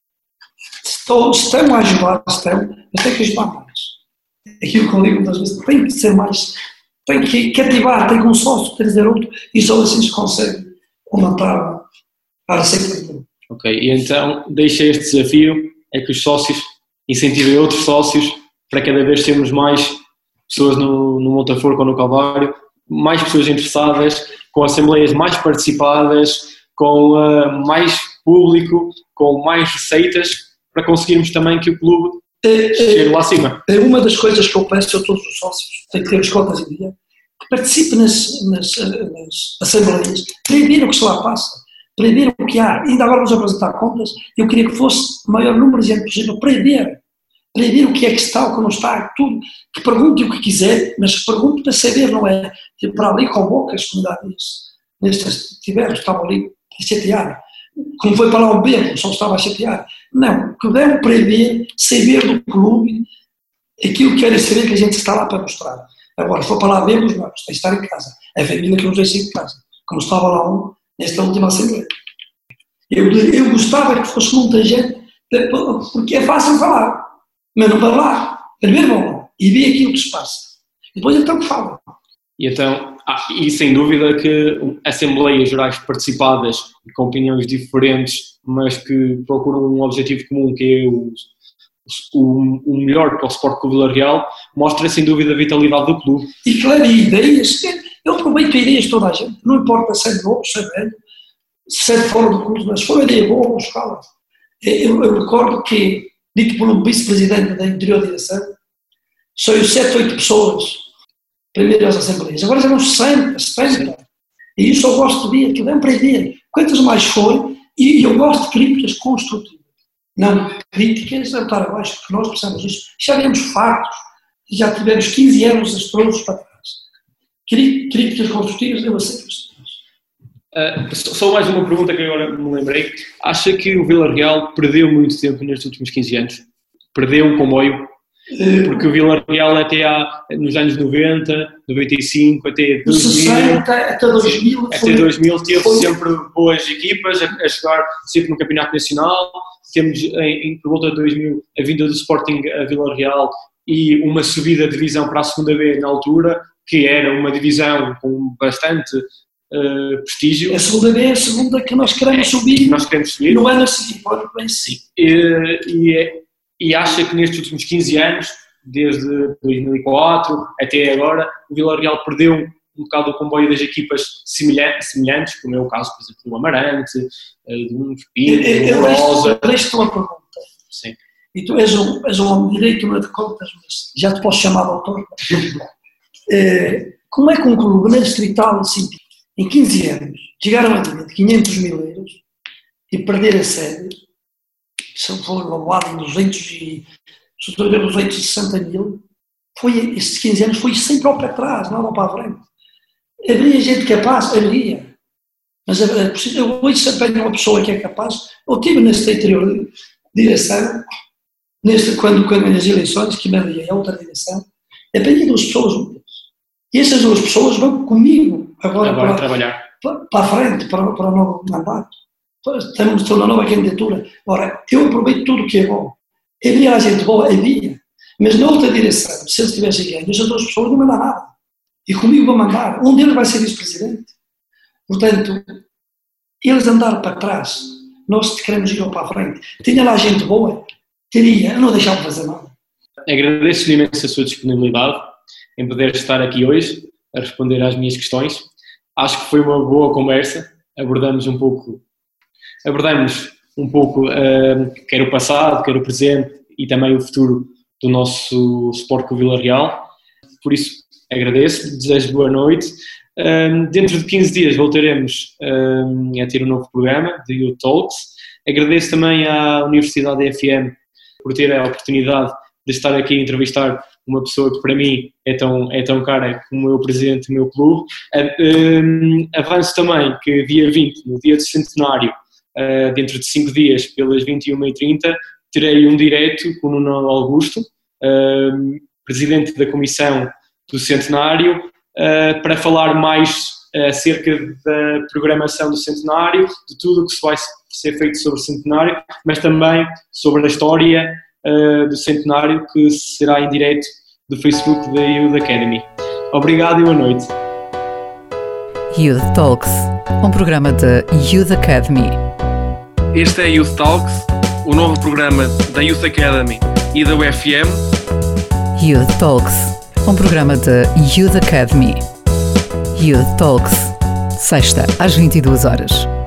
estão, estão a ajudar, estão, mas tem que ajudar mais. Aquilo que eu digo muitas vezes, tem que ser mais, tem que cativar, tem que um sócio, tem que dizer outro, e só assim se consegue aumentar a receita do clube. Ok, e então deixa este desafio, é que os sócios incentivem outros sócios para cada vez termos mais pessoas no, no Montaforco ou no Calvário, mais pessoas interessadas, com assembleias mais participadas, com uh, mais público, com mais receitas, para conseguirmos também que o clube é, chegue lá acima. É uma das coisas que eu peço a todos os sócios, tem que ter as contas em dia, que participe nas, nas, nas assembleias, para ver o que se lá passa, para ver o que há. Ainda agora vamos apresentar contas, eu queria que fosse o maior número de gente possível, para ver, para ver o que é que está, o que não está, tudo, que pergunte o que quiser, mas pergunte para saber, não é? Tipo, para ali convoca as comunidades, nestas tiveram, estavam ali a chatear, como foi para lá o bebo, só estava a chatear. Não, que devem para ver, saber do clube, aquilo que querem saber que a gente está lá para mostrar. Agora, se for para lá vermos, não, tem que estar em casa. A família que nos deixa em casa, como estava lá um, nesta última assembleia. Eu, eu gostava que fosse muita gente, porque é fácil falar, mas não para lá, primeiro vão lá e ver aquilo que se passa. E depois então que falam. E então, ah, e sem dúvida que assembleias gerais participadas com opiniões diferentes, mas que procuram um objetivo comum, que é o, o, o melhor para o Sport Clube Vila Real, mostra sem dúvida a vitalidade do clube. E claro, e ideias, eu aproveito ideias de toda a gente, não importa se é novo, se é velho, se é fora do clube, mas se for uma ideia boa, vamos falar. Eu, eu recordo que, dito por um vice-presidente da interior da direção, são sete, oito pessoas primeiro às assembleias, agora já não sessenta, setenta, e isso eu gosto de ver, que dão para ver quantas mais forem, e eu gosto de críticas construtivas, não críticas a estar abaixo, porque nós precisamos disso, já vemos fartos, já tivemos quinze anos astrosos para trás, críticas construtivas eu aceito. Uh, só mais uma pergunta que agora me lembrei, acha que o Vila Real perdeu muito tempo nestes últimos quinze anos? Perdeu um comboio? Porque o Vila Real até há, nos anos noventa, noventa e cinco, até dois mil, sessenta, até dois mil, até dois mil teve foi. sempre boas equipas a, a jogar sempre no Campeonato Nacional. Temos em, em, por volta de dois mil a vinda do Sporting a Vila Real e uma subida de divisão para a segunda B na altura, que era uma divisão com bastante uh, prestígio. A segunda B é a segunda que nós queremos subir, nós queremos subir. No ano seguinte, pode bem sim. E, e é E acha que nestes últimos quinze anos, desde dois mil e quatro até agora, o Vila Real perdeu um bocado o comboio das equipas semelhantes, como é o caso, por exemplo, do Amarante, de um Pino, do Rosa. Deixa-te uma pergunta. Sim. e tu és um, és um homem de direito, não é de contas, mas já te posso chamar doutor. É, como é que um clube na Distrital, assim, em quinze anos, chegaram a ter quinhentos mil euros e perder a série, se for valorado em duzentos e sessenta mil, foi, esses quinze anos foi sempre ao pé atrás, não para a frente. Havia gente capaz, havia. Mas eu hoje se apanho uma pessoa que é capaz, eu tive nesta anterior direção, neste, quando ganhei as eleições, que me aliei a outra direção, apanhei duas pessoas juntas. E essas duas pessoas vão comigo agora, agora para, trabalhar. Para, para a frente, para, para o novo mandato. Estamos, estou na nova candidatura. Ora, eu aproveito tudo o que é bom. Havia a gente boa, havia. Mas na outra direção, se eles tivessem ganho, essas duas pessoas não mandam nada. E comigo vão mandar. Um deles vai ser vice-presidente. Portanto, eles andaram para trás. Nós queremos ir para a frente. Tinha lá gente boa, teria, eu não deixava de fazer nada. Agradeço-lhe imenso a sua disponibilidade em poder estar aqui hoje a responder às minhas questões. Acho que foi uma boa conversa. Abordamos um pouco, abordamos um pouco uh, quer o passado, quer o presente e também o futuro do nosso Sport Clube Vila Real. Por isso, agradeço, desejo boa noite. Um, dentro de quinze dias voltaremos um, a ter um novo programa de Youth Talks. Agradeço também à Universidade F M por ter a oportunidade de estar aqui a entrevistar uma pessoa que para mim é tão, é tão cara como eu, presidente do meu clube. Um, avanço também que dia vinte, no dia do centenário, uh, dentro de cinco dias, pelas vinte e uma e trinta, terei um direto com o Nuno Augusto, um, presidente da Comissão do Centenário, Uh, para falar mais uh, acerca da programação do Centenário, de tudo o que se vai ser feito sobre o Centenário, mas também sobre a história uh, do Centenário, que será em direto do Facebook da Youth Academy. Obrigado e boa noite. Youth Talks, um programa da Youth Academy. Este é Youth Talks, o novo programa da Youth Academy e da U F M. Youth Talks, um programa da Youth Academy. Youth Talks, sexta às vinte e duas horas.